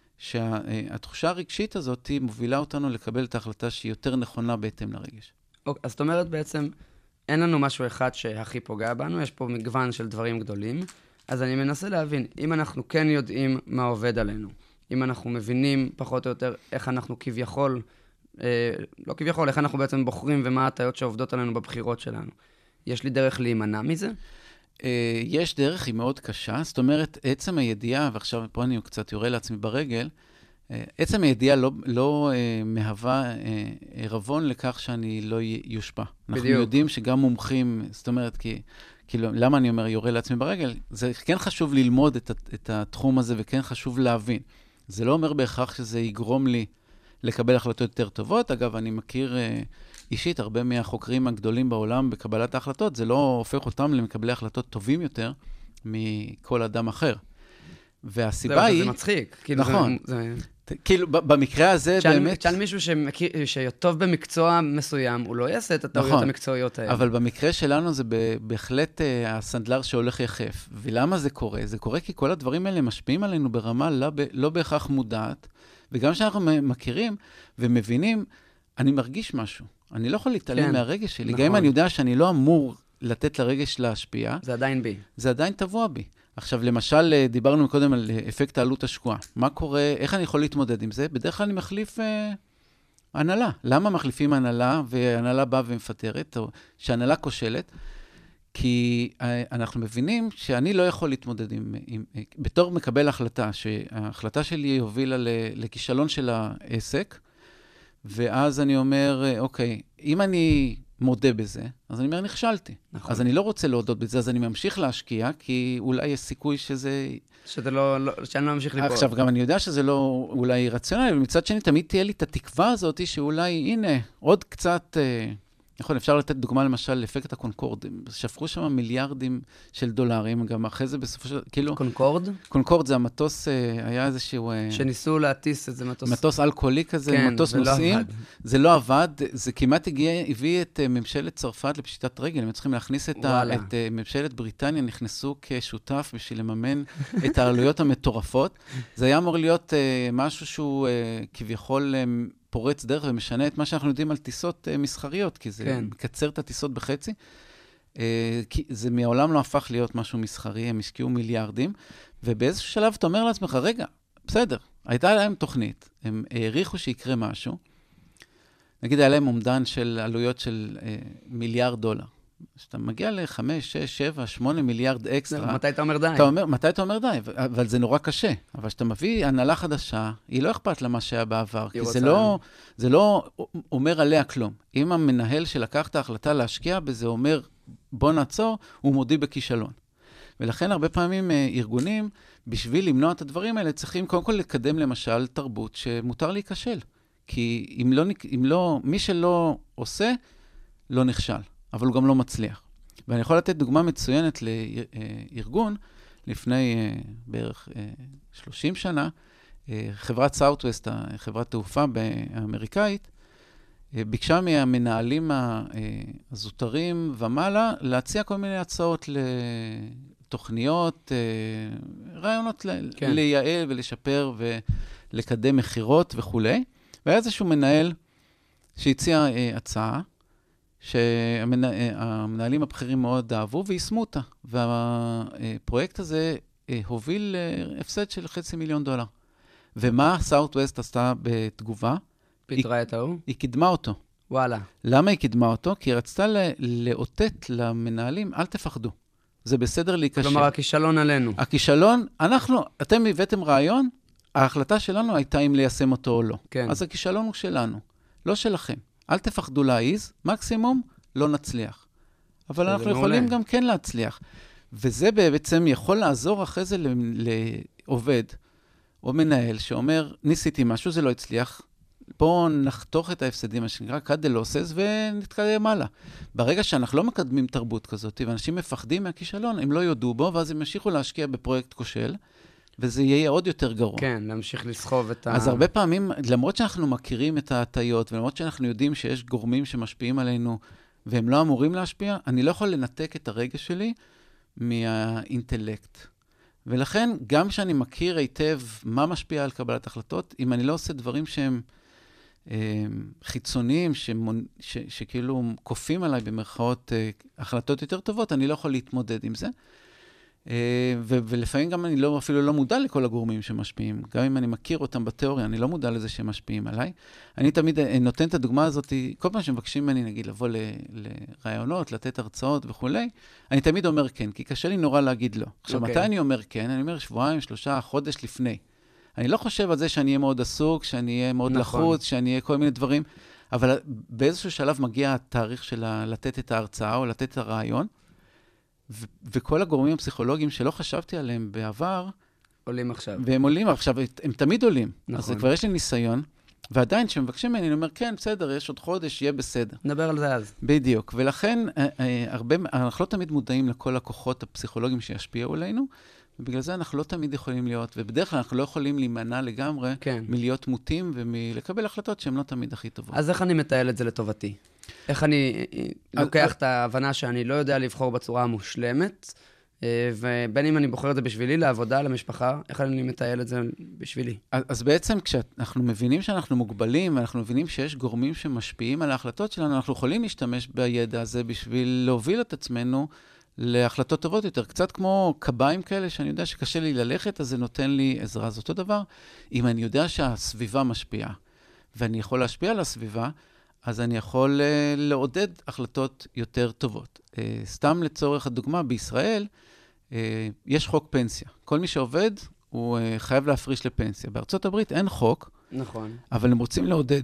שהתחושה הרגשית הזאת מובילה אותנו לקבל את ההחלטה שהיא יותר נכונה בהתאם לרגש. אוקיי, אז זאת אומרת בעצם, אין לנו משהו אחד שהכי פוגע בנו, יש פה מגוון של דברים גדולים, אז אני מנסה להבין, אם אנחנו כן יודעים מה עובד עלינו, אם אנחנו מבינים פחות או יותר איך אנחנו כביכול, אה, לא כביכול, איך אנחנו בעצם בוחרים ומה הטעיות שעובדות עלינו בבחירות שלנו, יש לי דרך להימנע מזה? אה, יש דרך, היא מאוד קשה, זאת אומרת, עצם הידיעה, ועכשיו פה אני קצת יורה לעצמי ברגל, אה, עצם הידיעה לא, לא אה, מהווה אה, רבון לכך שאני לא יושפע. בדיוק. אנחנו יודעים שגם מומחים, זאת אומרת, כי... כאילו, למה אני אומר, יורה לעצמי ברגל? זה כן חשוב ללמוד את, את התחום הזה, וכן חשוב להבין. זה לא אומר בהכרח שזה יגרום לי לקבל החלטות יותר טובות. אגב, אני מכיר אה, אישית, הרבה מהחוקרים הגדולים בעולם בקבלת ההחלטות, זה לא הופך אותם למקבלי החלטות טובים יותר מכל אדם אחר. והסיבה זה, היא... זה מצחיק. כאילו נכון. זה... כאילו, במקרה הזה תשאל, באמת... תשאל מישהו שמכיר, שטוב במקצוע מסוים, הוא לא יעשה את הטעויות נכון, המקצועיות האלה. אבל במקרה שלנו זה בהחלט uh, הסנדלר שהולך יחף. ולמה זה קורה? זה קורה כי כל הדברים האלה משפיעים עלינו ברמה לא, לא בהכרח מודעת, וגם שאנחנו מכירים ומבינים, אני מרגיש משהו. אני לא יכול להתעלם כן, מהרגש שלי. נכון. גם אם אני יודע שאני לא אמור לתת לרגש להשפיע, זה עדיין בי. זה עדיין טבוע בי. עכשיו, למשל, דיברנו קודם על אפקט העלות השקועה. מה קורה, איך אני יכול להתמודד עם זה? בדרך כלל אני מחליף אה, הנהלה. למה מחליפים הנהלה, והנהלה באה ומפטרת, או שהנהלה כושלת? כי אה, אנחנו מבינים שאני לא יכול להתמודד עם, עם, עם בתור מקבל החלטה, שההחלטה שלי הובילה לכישלון של העסק, ואז אני אומר, אוקיי, אם אני... מודה בזה, אז אני אומר, נכשלתי. נכון. אז אני לא רוצה להודות בזה, אז אני ממשיך להשקיע, כי אולי יש סיכוי שזה... שזה לא, לא שאני לא ממשיך ליפול. עכשיו, גם אני יודע שזה לא אולי רציונלי, אבל מצד שני, תמיד תהיה לי את התקווה הזאת, שאולי, הנה, עוד קצת... נכון, אפשר לתת דוגמה למשל לאפקט הקונקורד. שפכו שם מיליארדים של דולרים, גם אחרי זה בסופו של... כאילו... קונקורד? קונקורד זה המטוס, היה איזשהו... שניסו להטיס איזה מטוס... מטוס אלכוהולי כזה, כן, מטוס נוסעים. זה לא עבד. זה כמעט הגיע, הביא את ממשלת צרפת לפשיטת רגל. הם צריכים להכניס את, ה, את ממשלת בריטניה, נכנסו כשותף בשביל לממן את העלויות המטורפות. זה היה אמור להיות משהו שהוא כביכול... פורץ דרך ומשנה את מה שאנחנו יודעים על טיסות uh, מסחריות, כי זה כן. מקצר את הטיסות בחצי. Uh, כי זה מעולם לא הפך להיות משהו מסחרי, הם השקיעו מיליארדים, ובאיזשהו שלב אתה אומר לעצמך, רגע, בסדר, הייתה להם תוכנית, הם העריכו שיקרה משהו, נגיד היה להם אומדן של עלויות של uh, מיליארד דולר. כשאתה מגיע לחמש, שש, שבע, שמונה מיליארד אקסטרה. מתי אתה אומר די? אתה אומר, מתי אתה אומר די? אבל זה נורא קשה. אבל כשאתה מביא הנהלה חדשה, היא לא אכפת לה מה שהיה בעבר. כי זה לא, זה לא אומר עליה כלום. אם המנהל שלקח את ההחלטה להשקיע בזה אומר, בוא נעצור, הוא מודי בכישלון. ולכן הרבה פעמים ארגונים, בשביל למנוע את הדברים האלה, צריכים קודם כל לקדם למשל תרבות שמותר להיכשל. כי אם לא, אם לא, מי שלא עושה, לא נכשל. אבל הוא גם לא מצליח. ואני יכול לתת דוגמה מצוינת לארגון, לפני בערך שלושים שנה, חברת סאוטווסט, חברת תעופה האמריקאית, ביקשה מהמנהלים הזוטרים ומעלה להציע כל מיני הצעות לתוכניות, רעיונות כן. לייעל ולשפר ולקדם מחירות וכו'. והיה איזשהו מנהל שהציע הצעה, שהמנהלים הבכירים מאוד אהבו ויישמו אותה. והפרויקט הזה הוביל להפסד של חצי מיליון דולר. ומה סאוטווסט עשתה בתגובה? פיתרה את ההוא? היא קידמה אותו. וואלה. למה היא קידמה אותו? כי היא רצתה לאותת למנהלים, אל תפחדו. זה בסדר להיקשר. כלומר, הכישלון עלינו. הכישלון, אנחנו, אתם הבאתם רעיון, ההחלטה שלנו הייתה אם ליישם אותו או לא. כן. אז הכישלון הוא שלנו, לא שלכם. אל תפחדו להעיז, מקסימום לא נצליח. אבל אנחנו מעולה. יכולים גם כן להצליח. וזה בעצם יכול לעזור אחרי זה לעובד או מנהל שאומר, ניסיתי משהו, זה לא הצליח, בואו נחתוך את ההפסדים, מה שנקרא, cut the losses, ונתקדם הלאה. ברגע שאנחנו לא מקדמים תרבות כזאת, ואנשים מפחדים מהכישלון, הם לא יודו בו, ואז הם ימשיכו להשקיע בפרויקט כושל, וזה יהיה עוד יותר גרוע. כן, להמשיך לסחוב את ה... אז הרבה פעמים, למרות שאנחנו מכירים את ההטיות, ולמרות שאנחנו יודעים שיש גורמים שמשפיעים עלינו, והם לא אמורים להשפיע, אני לא יכול לנתק את הרגש שלי מהאינטלקט. ולכן, גם כשאני מכיר היטב מה משפיע על קבלת החלטות, אם אני לא עושה דברים שהם אה, חיצוניים, שמונ... ש... שכאילו קופים עליי במרכאות אה, החלטות יותר טובות, אני לא יכול להתמודד עם זה. ו- ולפעמים גם אני לא, אפילו לא מודע לכל הגורמים שמשפיעים. גם אם אני מכיר אותם בתיאוריה, אני לא מודע לזה שהם משפיעים עליי. אני תמיד נותן את הדוגמה הזאת, כל פעם שמבקשים ממני, נגיד, לבוא ל- לרעיונות, לתת הרצאות וכו', אני תמיד אומר כן, כי קשה לי נורא להגיד לא. עכשיו, אוקיי. מתי אני אומר כן? אני אומר שבועיים, שלושה, חודש לפני. אני לא חושב על זה שאני אהיה מאוד עסוק, שאני אהיה מאוד נכון. לחוץ, שאני אהיה כל מיני דברים, אבל באיזשהו שלב מגיע התאריך של לתת את ההרצאה או לתת את הרעיון, ו- וכל הגורמים הפסיכולוגיים שלא חשבתי עליהם בעבר, עולים עכשיו. והם עולים, עכשיו הם תמיד עולים. נכון. אז כבר יש לי ניסיון, ועדיין כשמבקשים ממני, אני אומר, כן, בסדר, יש עוד חודש, יהיה בסדר. נדבר על זה אז. בדיוק, ולכן אה, אה, הרבה, אנחנו לא תמיד מודעים לכל הכוחות הפסיכולוגיים שישפיעו עלינו, ובגלל זה אנחנו לא תמיד יכולים להיות, ובדרך כלל אנחנו לא יכולים להימנע לגמרי, כן. מלהיות מוטים ומלקבל החלטות שהן לא תמיד הכי טובות. אז איך אני מטייל את זה לטובתי? איך אני לוקח את ההבנה שאני לא יודע לבחור בצורה המושלמת, ובין אם אני בוחר את זה בשבילי, לעבודה, למשפחה, איך אני מטייל את זה בשבילי? אז, אז בעצם כשאנחנו מבינים שאנחנו מוגבלים, ואנחנו מבינים שיש גורמים שמשפיעים על ההחלטות שלנו, אנחנו יכולים להשתמש בידע הזה בשביל להוביל את עצמנו להחלטות טובות יותר. קצת כמו קביים כאלה, שאני יודע שקשה לי ללכת, אז זה נותן לי עזרה. זה אותו דבר. אם אני יודע שהסביבה משפיעה, ואני יכול להשפיע על הסביבה, אז אני יכול uh, לעודד החלטות יותר טובות. Uh, סתם לצורך הדוגמה, בישראל uh, יש חוק פנסיה. כל מי שעובד הוא uh, חייב להפריש לפנסיה. בארצות הברית אין חוק, נכון. אבל הם רוצים לעודד.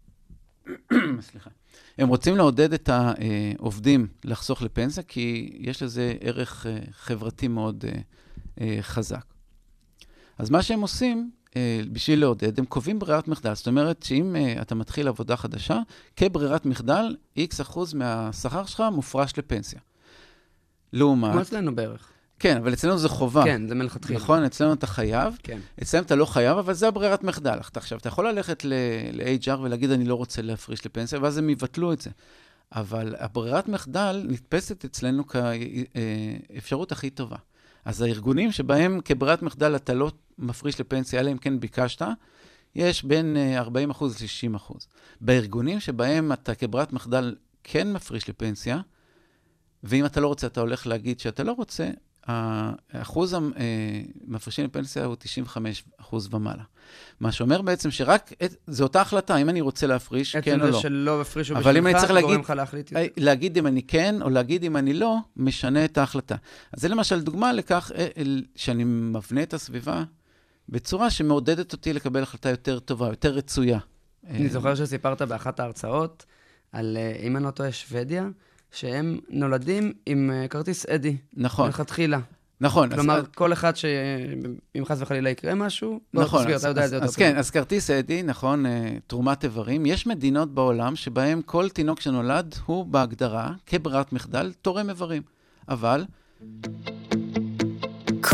סליחה. הם רוצים לעודד את העובדים לחסוך לפנסיה, כי יש לזה ערך uh, חברתי מאוד uh, uh, חזק. אז מה שהם עושים, בשביל לעודד, הם קובעים ברירת מחדל. זאת אומרת שאם uh, אתה מתחיל עבודה חדשה, כברירת מחדל, X אחוז מהשכר שלך מופרש לפנסיה. לעומת... כמו אצלנו בערך. כן, אבל אצלנו זה חובה. כן, זה מלכתחילה. נכון, אצלנו אתה חייב. כן. אצלנו אתה לא חייב, אבל זה הברירת מחדל. עכשיו, אתה יכול ללכת ל-אייץ' אר ולהגיד, אני לא רוצה להפריש לפנסיה, ואז הם יבטלו את זה. אבל הברירת מחדל נתפסת אצלנו כאפשרות הכי טובה. אז הארגונים שבהם כברירת מחדל אתה לא מפריש לפנסיה, אלא אם כן ביקשת, יש בין ארבעים אחוז ל-שישים אחוז. בארגונים שבהם אתה כברירת מחדל כן מפריש לפנסיה, ואם אתה לא רוצה, אתה הולך להגיד שאתה לא רוצה, האחוז המפרישים לפנסיה הוא תשעים וחמישה אחוז ומעלה. מה שאומר בעצם שרק, זו אותה החלטה, אם אני רוצה להפריש, כן או לא. עצם שלא הפרישו אבל אם אני צריך להגיד, להחליט... להגיד אם אני כן, או להגיד אם אני לא, משנה את ההחלטה. אז זה למשל דוגמה לכך, שאני מבנה את הסביבה, בצורה שמעודדת אותי לקבל החלטה יותר טובה, יותר רצויה. אני זוכר שסיפרת באחת ההרצאות, על, אם אני לא טועה, שוודיה, שהם נולדים עם כרטיס אדי. נכון. מלכתחילה. נכון. כלומר, אז... כל אחד שאם חס וחלילה יקרה משהו, נכון. תסביר, אז, אתה יודע אז, את זה אז, יותר אז כן, טוב. אז כרטיס אדי, נכון, תרומת איברים. יש מדינות בעולם שבהם כל תינוק שנולד הוא בהגדרה, כברירת מחדל, תורם איברים. אבל... כל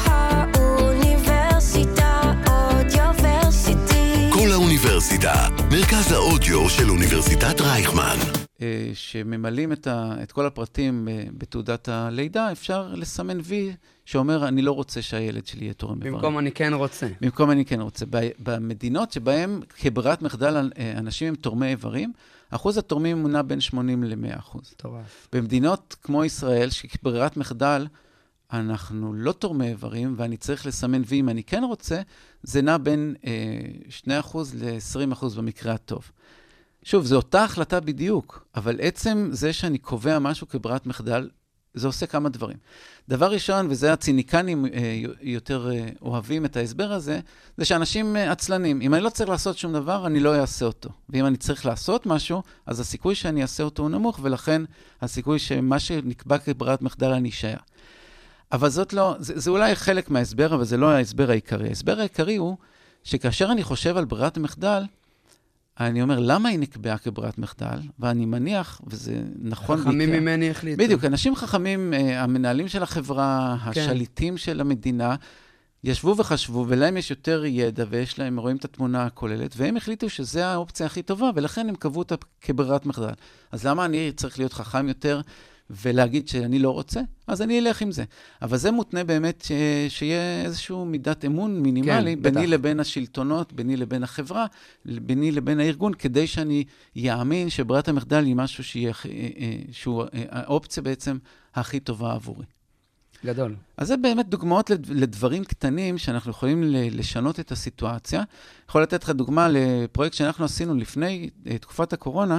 האוניברסיטה אודיוורסיטי. כל האוניברסיטה, מרכז האודיו של אוניברסיטת רייכמן. שממלאים את, ה, את כל הפרטים בתעודת הלידה, אפשר לסמן וי שאומר, אני לא רוצה שהילד שלי יהיה תורם איברים. במקום אני כן רוצה. במקום אני כן רוצה. במדינות שבהם כברירת מחדל אנשים הם תורמי איברים, אחוז התורמים מונה בין שמונים למאה אחוז. טורף. במדינות כמו ישראל, שכברירת מחדל, אנחנו לא תורמי איברים, ואני צריך לסמן, ואם אני כן רוצה, זה נע בין אה, שני אחוז ל-עשרים אחוז במקרה הטוב. שוב, זו אותה החלטה בדיוק, אבל עצם זה שאני קובע משהו כברירת מחדל, זה עושה כמה דברים. דבר ראשון, וזה הציניקנים אה, יותר אה, אוהבים את ההסבר הזה, זה שאנשים אה, עצלנים. אם אני לא צריך לעשות שום דבר, אני לא אעשה אותו. ואם אני צריך לעשות משהו, אז הסיכוי שאני אעשה אותו הוא נמוך, ולכן הסיכוי שמה שנקבע כברירת מחדל אני אשאר. אבל זאת לא, זה, זה אולי חלק מההסבר, אבל זה לא ההסבר העיקרי. ההסבר העיקרי הוא שכאשר אני חושב על ברירת מחדל, אני אומר, למה היא נקבעה כברירת מחדל? ואני מניח, וזה נכון... חכמים ממני החליטו. בדיוק, אנשים חכמים, המנהלים של החברה, השליטים של המדינה, ישבו וחשבו, ולהם יש יותר ידע, ויש להם, רואים את התמונה הכוללת, והם החליטו שזה האופציה הכי טובה, ולכן הם קבעו אותה כברירת מחדל. אז למה אני צריך להיות חכם יותר, ולהגיד שאני לא רוצה? אז אני אלך עם זה. אבל זה מותנה באמת ש... שיהיה איזשהו מידת אמון מינימלי, כן, ביני בטח. לבין השלטונות, ביני לבין החברה, ביני לבין הארגון, כדי שאני יאמין שברירת המחדל היא משהו שיהיה, שהוא האופציה בעצם הכי טובה עבורי. גדול. אז זה באמת דוגמאות לדברים קטנים שאנחנו יכולים לשנות את הסיטואציה. יכול לתת לך דוגמה לפרויקט שאנחנו עשינו לפני תקופת הקורונה,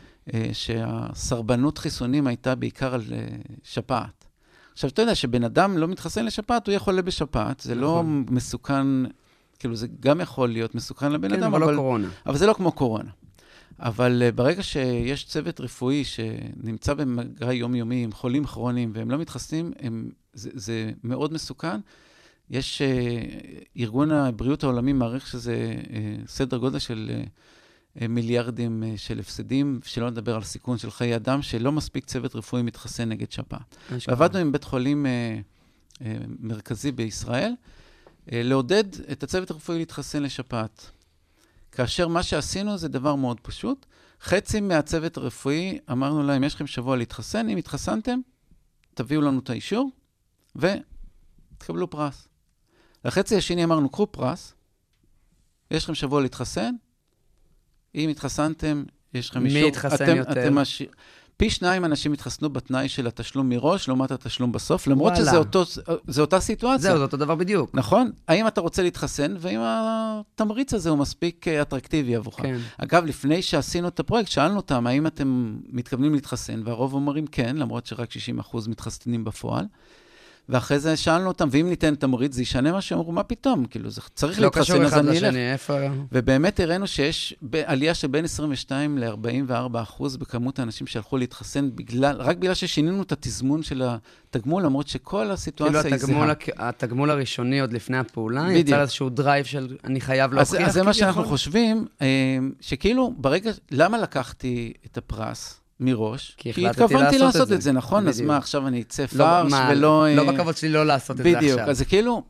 שהסרבנות חיסונים הייתה בעיקר על שפעת. עכשיו, אתה יודע שבן אדם לא מתחסן לשפעת, הוא יהיה חולה בשפעת. זה לא מסוכן, כאילו זה גם יכול להיות מסוכן לבן אדם, אבל לא קורונה. אבל זה לא כמו קורונה. אבל ברגע שיש צוות רפואי שנמצא במגע יומיומי עם חולים כרוניים, והם לא מתחסנים, זה, זה מאוד מסוכן. יש, ארגון הבריאות העולמי מעריך שזה סדר גודל של מיליארדים של הפסדים, שלא נדבר על סיכון של חיי אדם, שלא מספיק צוות רפואי מתחסן נגד שפעת. ועבדנו עם בית חולים מרכזי בישראל, לעודד את הצוות הרפואי להתחסן לשפעת. כאשר מה שעשינו זה דבר מאוד פשוט. חצי מהצוות הרפואי אמרנו להם, יש לכם שבוע להתחסן, אם התחסנתם, תביאו לנו את האישור, ותקבלו פרס. לחצי השני אמרנו, קחו פרס, יש לכם שבוע להתחסן, אם התחסנתם, יש לכם אישור. מי התחסן אתם, יותר? אתם מש... פי שניים אנשים התחסנו בתנאי של התשלום מראש, לעומת התשלום בסוף, למרות שזה אותו, זה אותה סיטואציה. זהו, זה אותו דבר בדיוק. נכון? האם אתה רוצה להתחסן, והאם התמריץ הזה הוא מספיק אטרקטיבי עבורך. כן. אגב, לפני שעשינו את הפרויקט, שאלנו אותם, האם אתם מתכוונים להתחסן, והרוב אומרים כן, למרות שרק שישים אחוז מתחסנים בפועל. ואחרי זה שאלנו אותם, ואם ניתן תמריץ, זה ישנה מה שאמרו, מה פתאום? כאילו, זה צריך לא להתחסן, אז אני אלך. איפה... ובאמת הראינו שיש עלייה של בין עשרים ושתיים ל-ארבעים וארבעה אחוז בכמות האנשים שהלכו להתחסן, בגלל, רק בגלל ששינינו את התזמון של התגמול, למרות שכל הסיטואציה היא זהה. כאילו התגמול הראשוני עוד לפני הפעולה, יצא איזשהו דרייב של אני חייב להוכיח. אז זה מה שאנחנו חושבים, שכאילו, ברגע, למה לקחתי את הפרס? מראש, כי, כי התכוונתי לעשות, לעשות את, את זה, נכון? בדיוק. אז מה, עכשיו אני אצא פרש לא, ולא... לא בכבוד שלי לא לעשות את זה עכשיו. בדיוק, אז זה כאילו,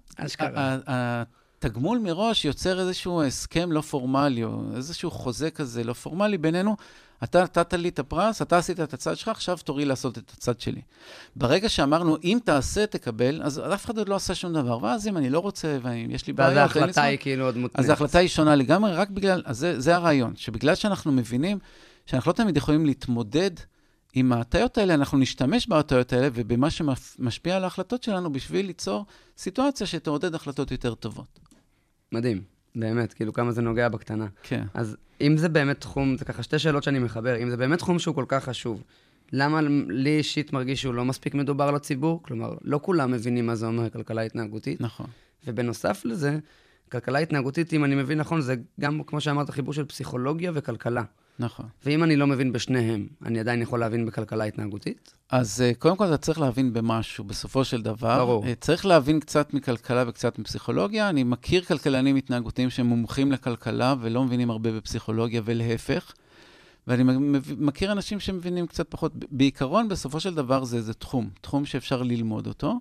התגמול מראש יוצר איזשהו הסכם לא פורמלי, או איזשהו חוזה כזה לא פורמלי בינינו, אתה נתת לי את הפרס, אתה עשית את הצד שלך, עכשיו תורי לעשות את הצד שלי. ברגע שאמרנו, אם תעשה, תקבל, אז אף אחד עוד לא עשה שום דבר, ואז אם אני לא רוצה, ויש לי בעיה... ואז ההחלטה היא כאילו עוד מותנית. אז ההחלטה היא שונה לגמרי, רק בגלל, אז זה, זה הרעיון, שבגלל שאנחנו מבינים שאנחנו לא תמיד יכולים להתמודד עם ההטיות האלה, אנחנו נשתמש בהטיות האלה, ובמה שמשפיע על ההחלטות שלנו, בשביל ליצור סיטואציה שתעודד החלטות יותר טובות. מדהים, באמת, כאילו כמה זה נוגע בקטנה. כן. אז אם זה באמת תחום, זה ככה שתי שאלות שאני מחבר, אם זה באמת תחום שהוא כל כך חשוב, למה לי אישית מרגיש שהוא לא מספיק מדובר לציבור? כלומר, לא כולם מבינים מה זה אומר כלכלה התנהגותית. נכון. ובנוסף לזה, כלכלה התנהגותית, אם אני מבין נכון, זה גם, כמו שאמרת, חיבור של פסיכולוגיה וכלכלה. נכון. ואם אני לא מבין בשניהם, אני עדיין יכול להבין בכלכלה התנהגותית? אז קודם כל, אתה צריך להבין במשהו, בסופו של דבר. ברור. צריך להבין קצת מכלכלה וקצת מפסיכולוגיה. אני מכיר כלכלנים התנהגותיים שהם מומחים לכלכלה ולא מבינים הרבה בפסיכולוגיה ולהפך. ואני מכיר אנשים שמבינים קצת פחות. בעיקרון, בסופו של דבר, זה, זה תחום. תחום שאפשר ללמוד אותו.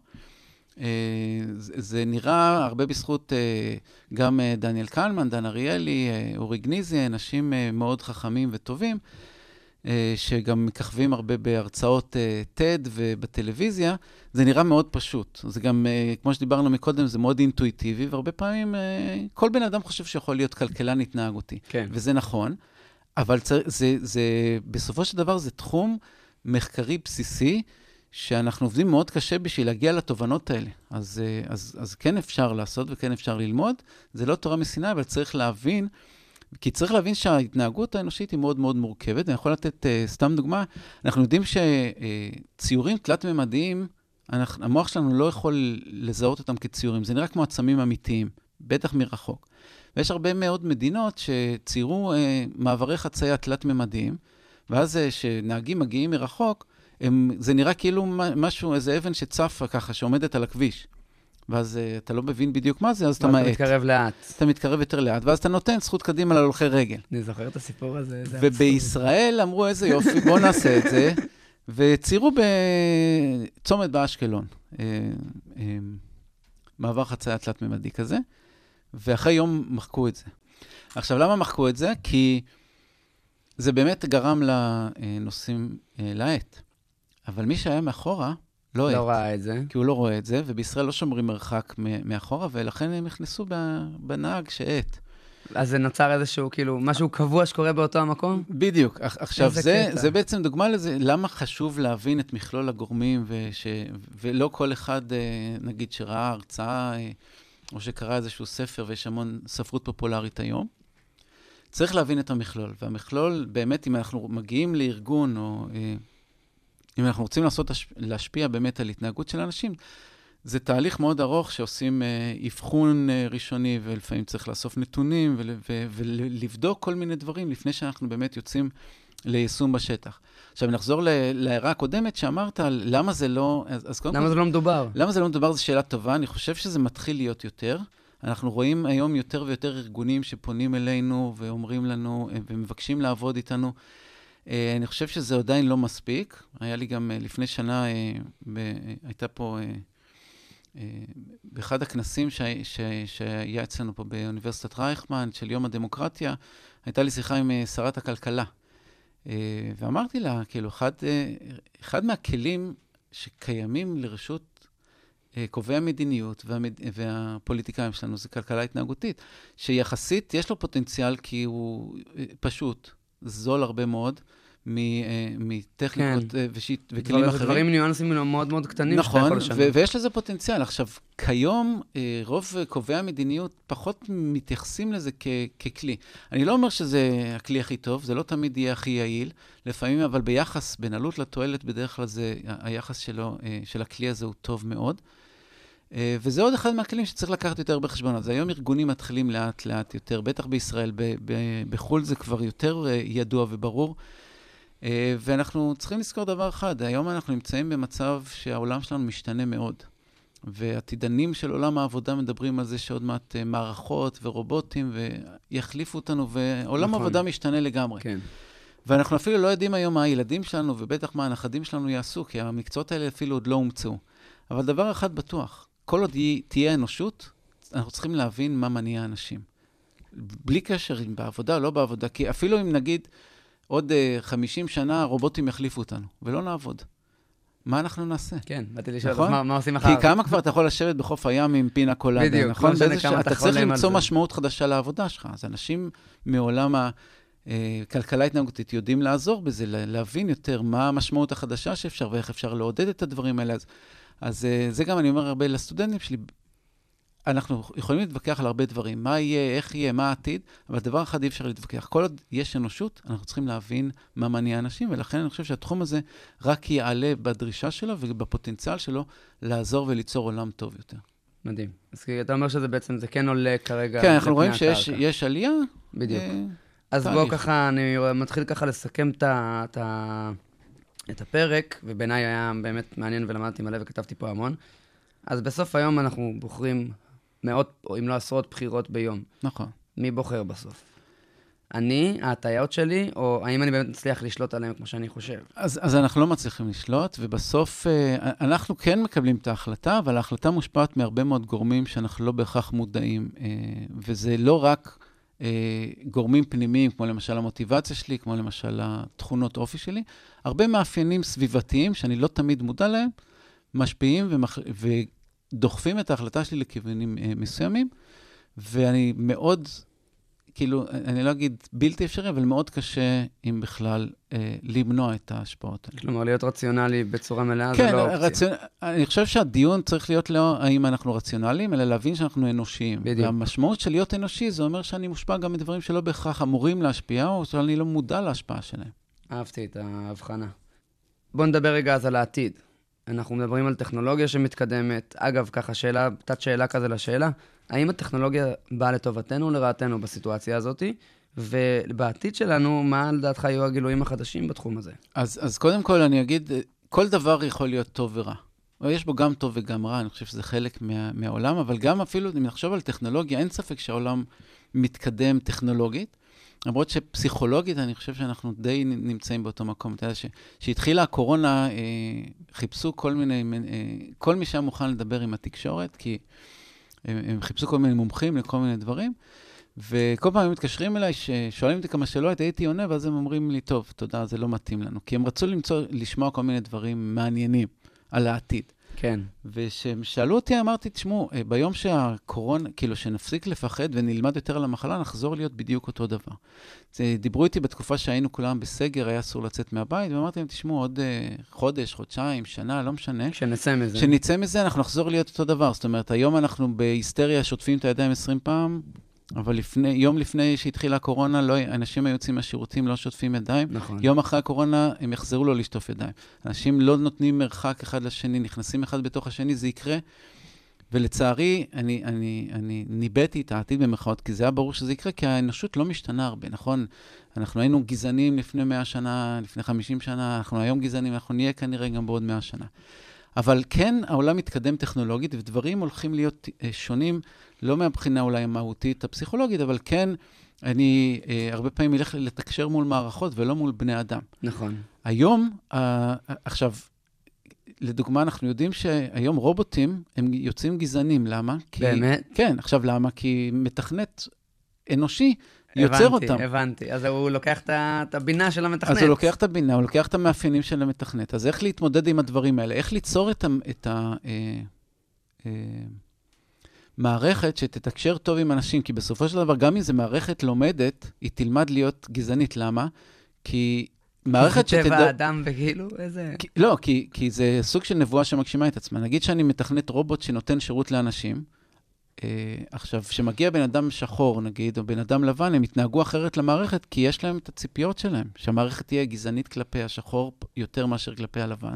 זה נראה הרבה בזכות גם דניאל קלמן, דן אריאלי, אורי גניזי, אנשים מאוד חכמים וטובים, שגם מככבים הרבה בהרצאות טד ובטלוויזיה. זה נראה מאוד פשוט. זה גם, כמו שדיברנו מקודם, זה מאוד אינטואיטיבי, והרבה פעמים כל בן אדם חושב שיכול להיות כלכלן התנהגותי. כן. וזה נכון, אבל זה, זה, בסופו של דבר זה תחום מחקרי בסיסי, שאנחנו עובדים מאוד קשה בשביל להגיע לתובנות האלה. אז, אז, אז כן אפשר לעשות וכן אפשר ללמוד. זה לא תורה מסיני, אבל צריך להבין, כי צריך להבין שההתנהגות האנושית היא מאוד מאוד מורכבת. אני יכול לתת uh, סתם דוגמה. אנחנו יודעים שציורים תלת-ממדיים, אנחנו, המוח שלנו לא יכול לזהות אותם כציורים. זה נראה כמו עצמים אמיתיים, בטח מרחוק. ויש הרבה מאוד מדינות שציירו uh, מעברי חצייה תלת-ממדיים, ואז uh, שנהגים מגיעים מרחוק, הם, זה נראה כאילו משהו, איזה אבן שצפה ככה, שעומדת על הכביש. ואז uh, אתה לא מבין בדיוק מה זה, אז אתה מעט. אתה מתקרב לאט. אתה מתקרב יותר לאט, ואז אתה נותן זכות קדימה להולכי רגל. אני זוכר את הסיפור הזה. ובישראל אמרו, איזה יופי, בואו נעשה את זה, וציירו בצומת באשקלון, מעבר חצייה תלת-ממדי כזה, ואחרי יום מחקו את זה. עכשיו, למה מחקו את זה? כי זה באמת גרם לנושאים לעט. אבל מי שהיה מאחורה, לא עט. לא ראה את זה. כי הוא לא רואה את זה, ובישראל לא שומרים מרחק מאחורה, ולכן הם נכנסו בנהג שעט. אז זה נוצר איזשהו, כאילו, משהו קבוע שקורה באותו המקום? בדיוק. עכשיו, זה, זה בעצם דוגמה לזה, למה חשוב להבין את מכלול הגורמים, וש, ולא כל אחד, נגיד, שראה הרצאה, או שקרא איזשהו ספר, ויש המון ספרות פופולרית היום. צריך להבין את המכלול, והמכלול, באמת, אם אנחנו מגיעים לארגון, או אם אנחנו רוצים לעשות, להשפיע באמת על התנהגות של אנשים, זה תהליך מאוד ארוך שעושים אבחון ראשוני, ולפעמים צריך לאסוף נתונים, ולבדוק כל מיני דברים, לפני שאנחנו באמת יוצאים ליישום בשטח. עכשיו, נחזור להערה הקודמת שאמרת, למה זה לא... למה זה לא מדובר? למה זה לא מדובר? זו שאלה טובה. אני חושב שזה מתחיל להיות יותר. אנחנו רואים היום יותר ויותר ארגונים שפונים אלינו, ואומרים לנו, ומבקשים לעבוד איתנו. אני חושב שזה עדיין לא מספיק. היה לי גם לפני שנה, הייתה פה... באחד הכנסים שהיה אצלנו פה באוניברסיטת רייכמן, של יום הדמוקרטיה, הייתה לי שיחה עם שרת הכלכלה. ואמרתי לה, כאילו, אחד, אחד מהכלים שקיימים לרשות קובעי המדיניות והמד... והפוליטיקאים שלנו, זה כלכלה התנהגותית, שיחסית יש לו פוטנציאל כי הוא פשוט זול הרבה מאוד, מטכניקות וכלים אחרים. דברים ניואנסים מאוד מאוד קטנים. נכון, ויש לזה פוטנציאל. עכשיו, כיום, רוב קובעי המדיניות פחות מתייחסים לזה ככלי. אני לא אומר שזה הכלי הכי טוב, זה לא תמיד יהיה הכי יעיל, לפעמים, אבל ביחס, בין עלות לתועלת, בדרך כלל זה, היחס שלו, של הכלי הזה הוא טוב מאוד. וזה עוד אחד מהכלים שצריך לקחת יותר בחשבון. אז היום ארגונים מתחילים לאט לאט יותר, בטח בישראל, בחול זה כבר יותר ידוע וברור. ואנחנו צריכים לזכור דבר אחד, היום אנחנו נמצאים במצב שהעולם שלנו משתנה מאוד. והעתידנים של עולם העבודה מדברים על זה שעוד מעט מערכות ורובוטים ויחליפו אותנו, ועולם נכון. העבודה משתנה לגמרי. כן. ואנחנו אפילו לא יודעים היום מה הילדים שלנו, ובטח מה הנכדים שלנו יעשו, כי המקצועות האלה אפילו עוד לא הומצאו. אבל דבר אחד בטוח, כל עוד תהיה אנושות, אנחנו צריכים להבין מה מניע האנשים. בלי קשר אם בעבודה או לא בעבודה, כי אפילו אם נגיד עוד חמישים שנה הרובוטים יחליפו אותנו, ולא נעבוד. מה אנחנו נעשה? כן, באתי לשאול, נכון? מה, מה עושים אחר? כי כמה כבר אתה יכול לשבת בחוף הים עם פינה קולדה, בדיוק, נכון? לא משנה כמה אתה צריך למצוא משמעות חדשה לעבודה שלך. אז אנשים מעולם הכלכלה התנהגותית יודעים לעזור בזה, להבין יותר מה המשמעות החדשה שאפשר, ואיך אפשר לעודד את הדברים האלה. אז, אז זה גם אני אומר הרבה לסטודנטים שלי, אנחנו יכולים להתווכח על הרבה דברים, מה יהיה, איך יהיה, מה העתיד, אבל דבר אחד אי אפשר להתווכח. כל עוד יש אנושות, אנחנו צריכים להבין מה מניע אנשים, ולכן אני חושב שהתחום הזה רק יעלה בדרישה שלו ובפוטנציאל שלו לעזור וליצור עולם טוב יותר. מדהים. אז אתה אומר שזה בעצם, זה כן עולה כרגע. כן, אנחנו רואים שיש עלייה. בדיוק. אז בואו ככה, אני מתחיל ככה לסכם את את הפרק, ובעיניי היה באמת מעניין ולמדתי מלא וכתבתי פה המון. אז בסוף היום אנחנו בוחרים מאות, או אם לא עשרות בחירות ביום. נכון. מי בוחר בסוף? אני, ההטיות שלי, או האם אני באמת מצליח לשלוט עליהם כמו שאני חושב? אז, אז אנחנו לא מצליחים לשלוט, ובסוף אנחנו כן מקבלים את ההחלטה, אבל ההחלטה מושפעת מהרבה מאוד גורמים שאנחנו לא בהכרח מודעים, וזה לא רק גורמים פנימיים, כמו למשל המוטיבציה שלי, כמו למשל התכונות אופי שלי, הרבה מאפיינים סביבתיים שאני לא תמיד מודע להם, משפיעים ומח... ודוחפים את ההחלטה שלי לכיוונים מסוימים, ואני מאוד כאילו, אני לא אגיד בלתי אפשרי, אבל מאוד קשה, אם בכלל, אה, למנוע את ההשפעות האלה. כלומר, להיות רציונלי בצורה מלאה, כן, זה לא אופציה. רציונ... אני חושב שהדיון צריך להיות לא האם אנחנו רציונליים, אלא להבין שאנחנו אנושיים. בדיוק. והמשמעות של להיות אנושי, זה אומר שאני מושפע גם מדברים שלא בהכרח אמורים להשפיע, או שאני לא מודע להשפעה שלהם. אהבתי את ההבחנה. בואו נדבר רגע אז על העתיד. אנחנו מדברים על טכנולוגיה שמתקדמת. אגב, ככה שאלה, תת שאלה כזה לשאלה, האם הטכנולוגיה באה לטובתנו או לרעתנו בסיטואציה הזאת? ובעתיד שלנו, מה לדעתך יהיו הגילויים החדשים בתחום הזה? אז, אז קודם כל אני אגיד, כל דבר יכול להיות טוב ורע. יש בו גם טוב וגם רע, אני חושב שזה חלק מה, מהעולם, אבל גם אפילו, אם נחשוב על טכנולוגיה, אין ספק שהעולם מתקדם טכנולוגית, למרות שפסיכולוגית, אני חושב שאנחנו די נמצאים באותו מקום. אתה יודע, שהתחילה הקורונה, אה, חיפשו כל מיני, אה, כל מי שהיה מוכן לדבר עם התקשורת, כי הם, הם חיפשו כל מיני מומחים לכל מיני דברים, וכל פעם הם מתקשרים אליי, ששואלים אותי כמה שאלות, הייתי עונה, ואז הם אומרים לי, טוב, תודה, זה לא מתאים לנו. כי הם רצו למצוא, לשמוע כל מיני דברים מעניינים על העתיד. כן. ושאלו אותי, אמרתי, תשמעו, ביום שהקורונה, כאילו שנפסיק לפחד ונלמד יותר על המחלה, נחזור להיות בדיוק אותו דבר. זה, דיברו איתי בתקופה שהיינו כולם בסגר, היה אסור לצאת מהבית, ואמרתי להם, תשמעו, עוד uh, חודש, חודשיים, שנה, לא משנה. כשנצא מזה. כשנצא מזה, אנחנו נחזור להיות אותו דבר. זאת אומרת, היום אנחנו בהיסטריה, שוטפים את הידיים עשרים פעם, אבל לפני, יום לפני שהתחילה הקורונה, לא, אנשים היוצאים מהשירותים לא שוטפים ידיים. נכון. יום אחרי הקורונה, הם יחזרו לו לשטוף ידיים. אנשים לא נותנים מרחק אחד לשני, נכנסים אחד בתוך השני, זה יקרה. ולצערי, אני, אני, אני ניבאתי את העתיד במרכאות, כי זה היה ברור שזה יקרה, כי האנושות לא משתנה הרבה, נכון? אנחנו היינו גזענים לפני מאה שנה, לפני חמישים שנה, אנחנו היום גזענים, אנחנו נהיה כנראה גם בעוד מאה שנה. אבל כן, העולם מתקדם טכנולוגית, ודברים הולכים להיות שונים, לא מהבחינה אולי המהותית הפסיכולוגית, אבל כן, אני אה, הרבה פעמים אלך לתקשר מול מערכות ולא מול בני אדם. נכון. היום, אה, עכשיו, לדוגמה, אנחנו יודעים שהיום רובוטים הם יוצאים גזענים. למה? כי, באמת? כן, עכשיו למה? כי מתכנת אנושי יוצר הבנתי, אותם. הבנתי. אז הוא לוקח את הבינה של המתכנת. אז הוא לוקח את הבינה, הוא לוקח את המאפיינים של המתכנת. אז איך להתמודד עם הדברים האלה? איך ליצור את ה... את ה אה, אה, מערכת שתתקשר טוב עם אנשים, כי בסופו של דבר, גם אם זו מערכת לומדת, היא תלמד להיות גזענית. למה? כי מערכת שתדע... טבע האדם וכאילו איזה... כי, לא, כי, כי זה סוג של נבואה שמגשימה את עצמה. נגיד שאני מתכנת רובוט שנותן שירות לאנשים, אה, עכשיו, שמגיע בן אדם שחור, נגיד, או בן אדם לבן, הם יתנהגו אחרת למערכת, כי יש להם את הציפיות שלהם, שהמערכת תהיה גזענית כלפי השחור יותר מאשר כלפי הלבן.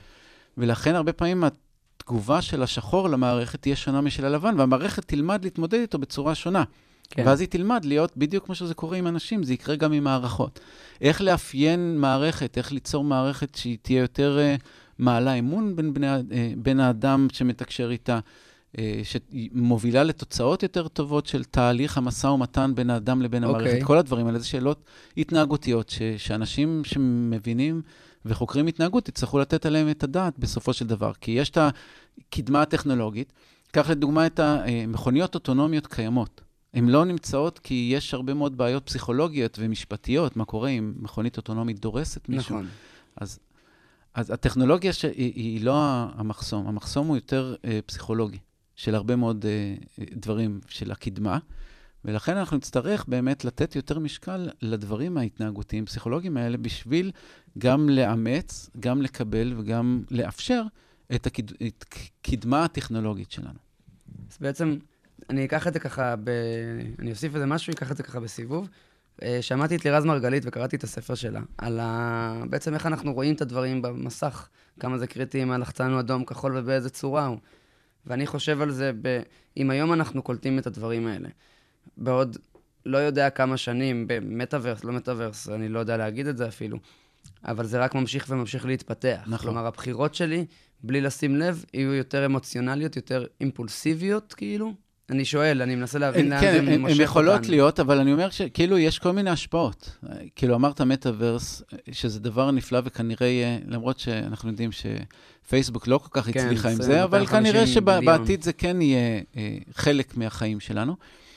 ולכן הרבה פעמים התגובה של השחור למערכת תהיה שונה משל הלבן, והמערכת תלמד להתמודד איתו בצורה שונה. כן. ואז היא תלמד להיות בדיוק כמו שזה קורה עם אנשים, זה יקרה גם עם מערכות. איך לאפיין מערכת, איך ליצור מערכת שהיא תהיה יותר uh, מעלה אמון בין, בני, uh, בין האדם שמתקשר איתה, uh, שמובילה לתוצאות יותר טובות של תהליך המשא ומתן בין האדם לבין המערכת. Okay. כל הדברים האלה זה שאלות התנהגותיות, ש, שאנשים שמבינים וחוקרים התנהגות, יצטרכו לתת עליהם את הדעת בסופו של דבר. כי יש את הקדמה הטכנולוגית, כך לדוגמה את המכוניות אוטונומיות קיימות. הן לא נמצאות כי יש הרבה מאוד בעיות פסיכולוגיות ומשפטיות, מה קורה אם מכונית אוטונומית דורסת מישהו. נכון. אז, אז הטכנולוגיה ש... היא, היא לא המחסום, המחסום הוא יותר אה, פסיכולוגי, של הרבה מאוד אה, דברים של הקדמה, ולכן אנחנו נצטרך באמת לתת יותר משקל לדברים ההתנהגותיים, פסיכולוגיים האלה, בשביל גם לאמץ, גם לקבל וגם לאפשר את הקדמה הטכנולוגית שלנו. אז בעצם... אני אקח את זה ככה, ב... אני אוסיף איזה משהו, אקח את זה ככה בסיבוב. שמעתי את לירז מרגלית וקראתי את הספר שלה, על ה... בעצם איך אנחנו רואים את הדברים במסך, כמה זה קריטי, אם הלחצן הוא אדום, כחול ובאיזה צורה הוא. ואני חושב על זה, ב... אם היום אנחנו קולטים את הדברים האלה, בעוד לא יודע כמה שנים, במטאברס, לא מטאברס, אני לא יודע להגיד את זה אפילו, אבל זה רק ממשיך וממשיך להתפתח. נכון. כלומר, הבחירות שלי, בלי לשים לב, יהיו יותר אמוציונליות, יותר אימפולסיביות, כאילו. אני שואל, אני מנסה להבין לאן זה מושך אותנו. הן יכולות להיות, אבל אני אומר שכאילו יש כל מיני השפעות. כאילו אמרת מטאברס, שזה דבר נפלא וכנראה, למרות שאנחנו יודעים שפייסבוק לא כל כך הצליחה עם זה, אבל כנראה שבעתיד זה כן יהיה חלק מהחיים שלנו.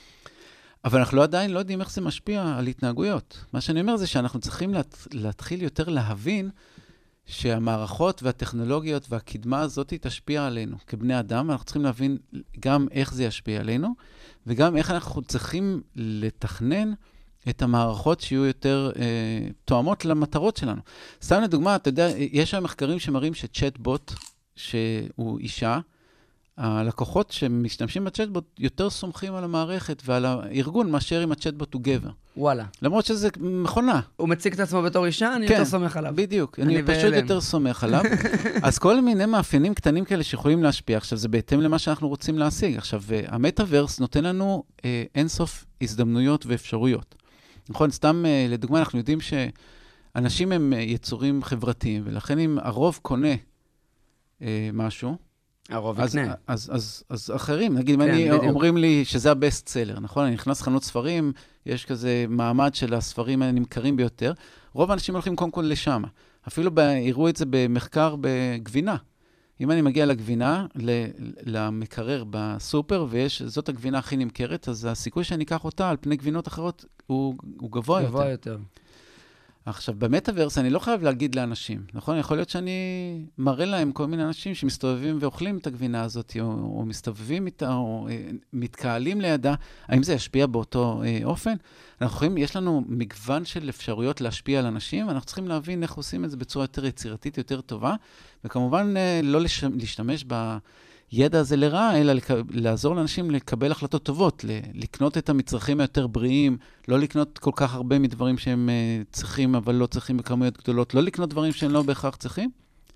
אבל אנחנו עדיין לא יודעים איך זה משפיע על התנהגויות. מה שאני אומר זה שאנחנו צריכים להתחיל יותר להבין שהמערכות והטכנולוגיות והקדמה הזאת תשפיע עלינו כבני אדם, ואנחנו צריכים להבין גם איך זה ישפיע עלינו, וגם איך אנחנו צריכים לתכנן את המערכות שיהיו יותר אה, תואמות למטרות שלנו. סתם לדוגמה, אתה יודע, יש שם מחקרים שמראים שצ'אטבוט, שהוא אישה, הלקוחות שמשתמשים בצ'אטבוט יותר סומכים על המערכת ועל הארגון מאשר אם הצ'אטבוט הוא גבר. וואלה. למרות שזה מכונה. הוא מציג את עצמו בתור אישה, אני כן, יותר סומך עליו. בדיוק, אני, אני פשוט בהלם. יותר סומך עליו. אז כל מיני מאפיינים קטנים כאלה שיכולים להשפיע. עכשיו, זה בהתאם למה שאנחנו רוצים להשיג. עכשיו, המטאברס נותן לנו אה, אינסוף הזדמנויות ואפשרויות. נכון, סתם אה, לדוגמה, אנחנו יודעים שאנשים הם יצורים חברתיים, ולכן אם הרוב קונה אה, משהו, הרוב אז, יקנה. אז, אז, אז אחרים, נגיד, כן, אני, אומרים לי שזה הבסט סלר, נכון? אני נכנס לחנות ספרים, יש כזה מעמד של הספרים הנמכרים ביותר, רוב האנשים הולכים קודם כל לשם. אפילו הראו את זה במחקר בגבינה. אם אני מגיע לגבינה, למקרר בסופר, וזאת הגבינה הכי נמכרת, אז הסיכוי שאני אקח אותה על פני גבינות אחרות הוא, הוא גבוה, גבוה יותר. יותר. עכשיו, במטאברס אני לא חייב להגיד לאנשים, נכון? יכול להיות שאני מראה להם כל מיני אנשים שמסתובבים ואוכלים את הגבינה הזאת, או, או מסתובבים איתה, או אה, מתקהלים לידה. האם זה ישפיע באותו אה, אופן? אנחנו יכולים, יש לנו מגוון של אפשרויות להשפיע על אנשים, ואנחנו צריכים להבין איך עושים את זה בצורה יותר יצירתית, יותר טובה, וכמובן אה, לא לש, להשתמש ב... ידע הזה לרע, אלא לק... לעזור לאנשים לקבל החלטות טובות, ל... לקנות את המצרכים היותר בריאים, לא לקנות כל כך הרבה מדברים שהם uh, צריכים, אבל לא צריכים בכמויות גדולות, לא לקנות דברים שהם לא בהכרח צריכים.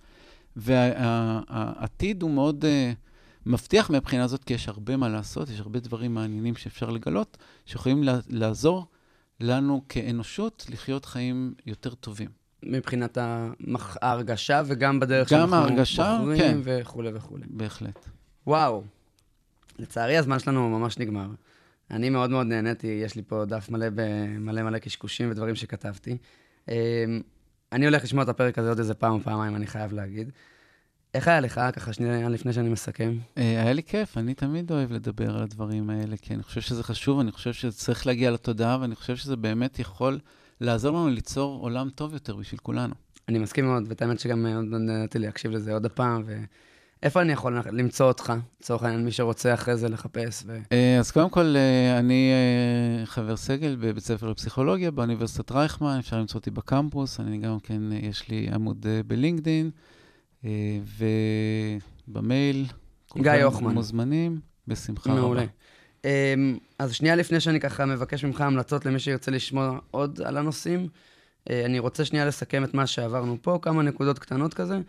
והעתיד הוא מאוד uh, מבטיח מהבחינה הזאת, כי יש הרבה מה לעשות, יש הרבה דברים מעניינים שאפשר לגלות, שיכולים לה... לעזור לנו כאנושות לחיות חיים יותר טובים. מבחינת המח... ההרגשה וגם בדרך גם שאנחנו ההרגשה, בוחרים כן. וכו' וכו'. בהחלט. וואו. לצערי הזמן שלנו ממש נגמר. אני מאוד מאוד נהניתי, יש לי פה דף מלא במלא מלא קשקושים ודברים שכתבתי. אני הולך לשמוע את הפרק הזה עוד איזה פעם או פעמיים, אני חייב להגיד. איך היה לך, ככה שנייה לפני שאני מסכם? היה לי כיף, אני תמיד אוהב לדבר על הדברים האלה, כי אני חושב שזה חשוב, אני חושב שזה צריך להגיע לתודעה, ואני חושב שזה באמת יכול לעזור לנו ליצור עולם טוב יותר בשביל כולנו. אני מסכים מאוד, ואת האמת שגם נהניתי להקשיב לזה עוד הפעם, ואיפה אני יכול למצוא אותך? לצורך העניין, מי שרוצה אחרי זה לחפש. ו... אז קודם כל, אני חבר סגל בבית ספר לפסיכולוגיה באוניברסיטת רייכמן, אפשר למצוא אותי בקמפוס, אני גם כן, יש לי עמוד בלינקדין, ובמייל, גיא יוחמן. מוזמנים, בשמחה רבה. מעולה. אז שנייה לפני שאני ככה מבקש ממך המלצות למי שירצה לשמוע עוד על הנושאים, אני רוצה שנייה לסכם את מה שעברנו פה, כמה נקודות קטנות כזה.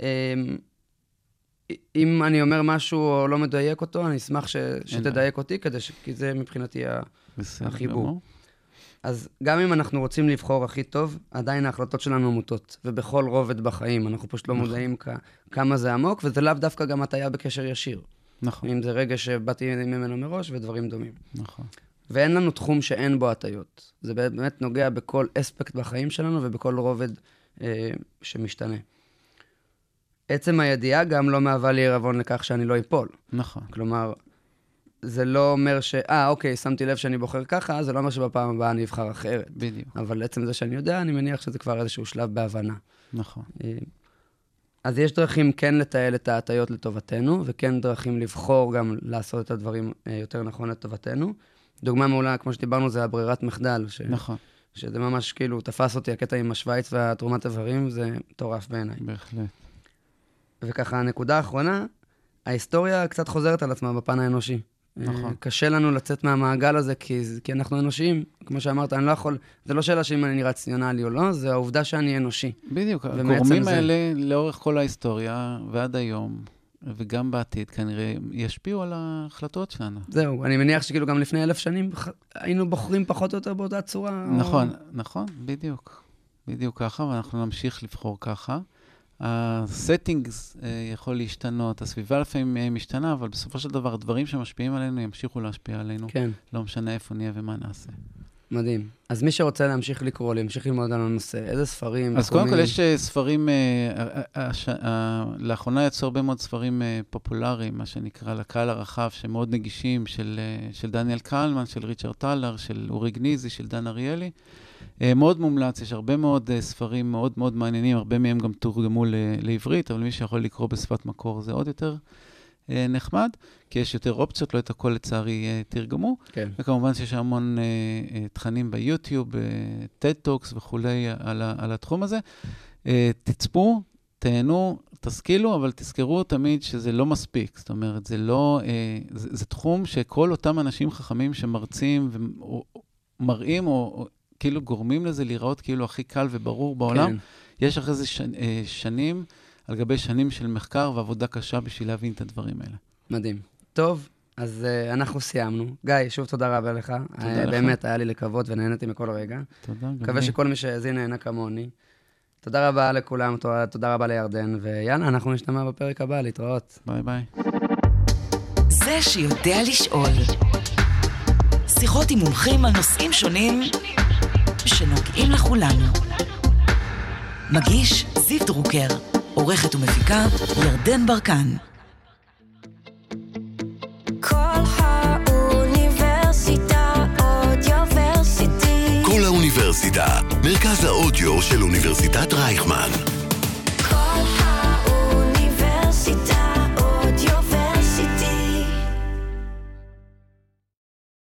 אם אני אומר משהו או לא מדייק אותו, אני אשמח ש... שתדייק אותי, כדי ש... כי זה מבחינתי החיבור. אז גם אם אנחנו רוצים לבחור הכי טוב, עדיין ההחלטות שלנו מוטות, ובכל רובד בחיים, אנחנו פשוט לא מודעים כ... כמה זה עמוק, וזה לאו דווקא גם הטיה בקשר ישיר. נכון. אם זה רגע שבאתי ממנו מראש ודברים דומים. נכון. ואין לנו תחום שאין בו הטיות. זה באמת נוגע בכל אספקט בחיים שלנו ובכל רובד אה, שמשתנה. עצם הידיעה גם לא מהווה לי ערבון לכך שאני לא אפול. נכון. כלומר, זה לא אומר ש... אה, אוקיי, שמתי לב שאני בוחר ככה, זה לא אומר שבפעם הבאה אני אבחר אחרת. בדיוק. אבל עצם זה שאני יודע, אני מניח שזה כבר איזשהו שלב בהבנה. נכון. אה, אז יש דרכים כן לתעל את ההטיות לטובתנו, וכן דרכים לבחור גם לעשות את הדברים יותר נכון לטובתנו. דוגמה מעולה, כמו שדיברנו, זה הברירת מחדל. ש... נכון. שזה ממש כאילו תפס אותי, הקטע עם השוויץ והתרומת איברים, זה מטורף בעיניי. בהחלט. וככה, הנקודה האחרונה, ההיסטוריה קצת חוזרת על עצמה בפן האנושי. נכון. קשה לנו לצאת מהמעגל הזה, כי, כי אנחנו אנושיים. כמו שאמרת, אני לא יכול, זה לא שאלה שאם אני נראה ציונלי או לא, זה העובדה שאני אנושי. בדיוק, הגורמים זה... האלה לאורך כל ההיסטוריה ועד היום, וגם בעתיד, כנראה ישפיעו על ההחלטות שלנו. זהו, אני מניח שכאילו גם לפני אלף שנים היינו בוחרים פחות או יותר באותה צורה. נכון, או... נכון, בדיוק. בדיוק ככה, ואנחנו נמשיך לבחור ככה. הסטינגס יכול להשתנות, הסביבה לפעמים משתנה, אבל בסופו של דבר, הדברים שמשפיעים עלינו ימשיכו להשפיע עלינו. כן. לא משנה איפה נהיה ומה נעשה. מדהים. אז מי שרוצה להמשיך לקרוא, להמשיך ללמוד על הנושא, איזה ספרים? אז קודם כל יש ספרים, לאחרונה יצאו הרבה מאוד ספרים פופולריים, מה שנקרא לקהל הרחב, שמאוד נגישים, של דניאל קלמן, של ריצ'רד טלר, של אורי גניזי, של דן אריאלי. מאוד מומלץ, יש הרבה מאוד ספרים מאוד מאוד מעניינים, הרבה מהם גם תורגמו לעברית, אבל מי שיכול לקרוא בשפת מקור זה עוד יותר נחמד, כי יש יותר אופציות, לא את הכל לצערי תרגמו. כן. וכמובן שיש המון תכנים ביוטיוב, טד טוקס וכולי על, על התחום הזה. תצפו, תהנו, תשכילו, אבל תזכרו תמיד שזה לא מספיק. זאת אומרת, זה לא, זה, זה תחום שכל אותם אנשים חכמים שמרצים ומראים, או, או כאילו גורמים לזה לראות כאילו הכי קל וברור בעולם. כן. יש אחרי זה שנים, על גבי שנים של מחקר ועבודה קשה בשביל להבין את הדברים האלה. מדהים. טוב, אז uh, אנחנו סיימנו. גיא, שוב תודה רבה לך. תודה לך. באמת היה לי לקוות ונהנתי מכל רגע. תודה. מקווה שכל מי שהזין נהנה כמוני. תודה רבה לכולם, תודה, תודה רבה לירדן, ויאללה, אנחנו נשתמע בפרק הבא, להתראות. ביי ביי. זה שיודע לשאול. שיחות עם מומחים על נושאים שונים שנוגעים לכולנו. מגיש זיו דרוקר. עורכת ומפיקה ירדן ברקן. כל האוניברסיטה אודיוורסיטי. כל האוניברסיטה, מרכז האודיו של אוניברסיטת רייכמן.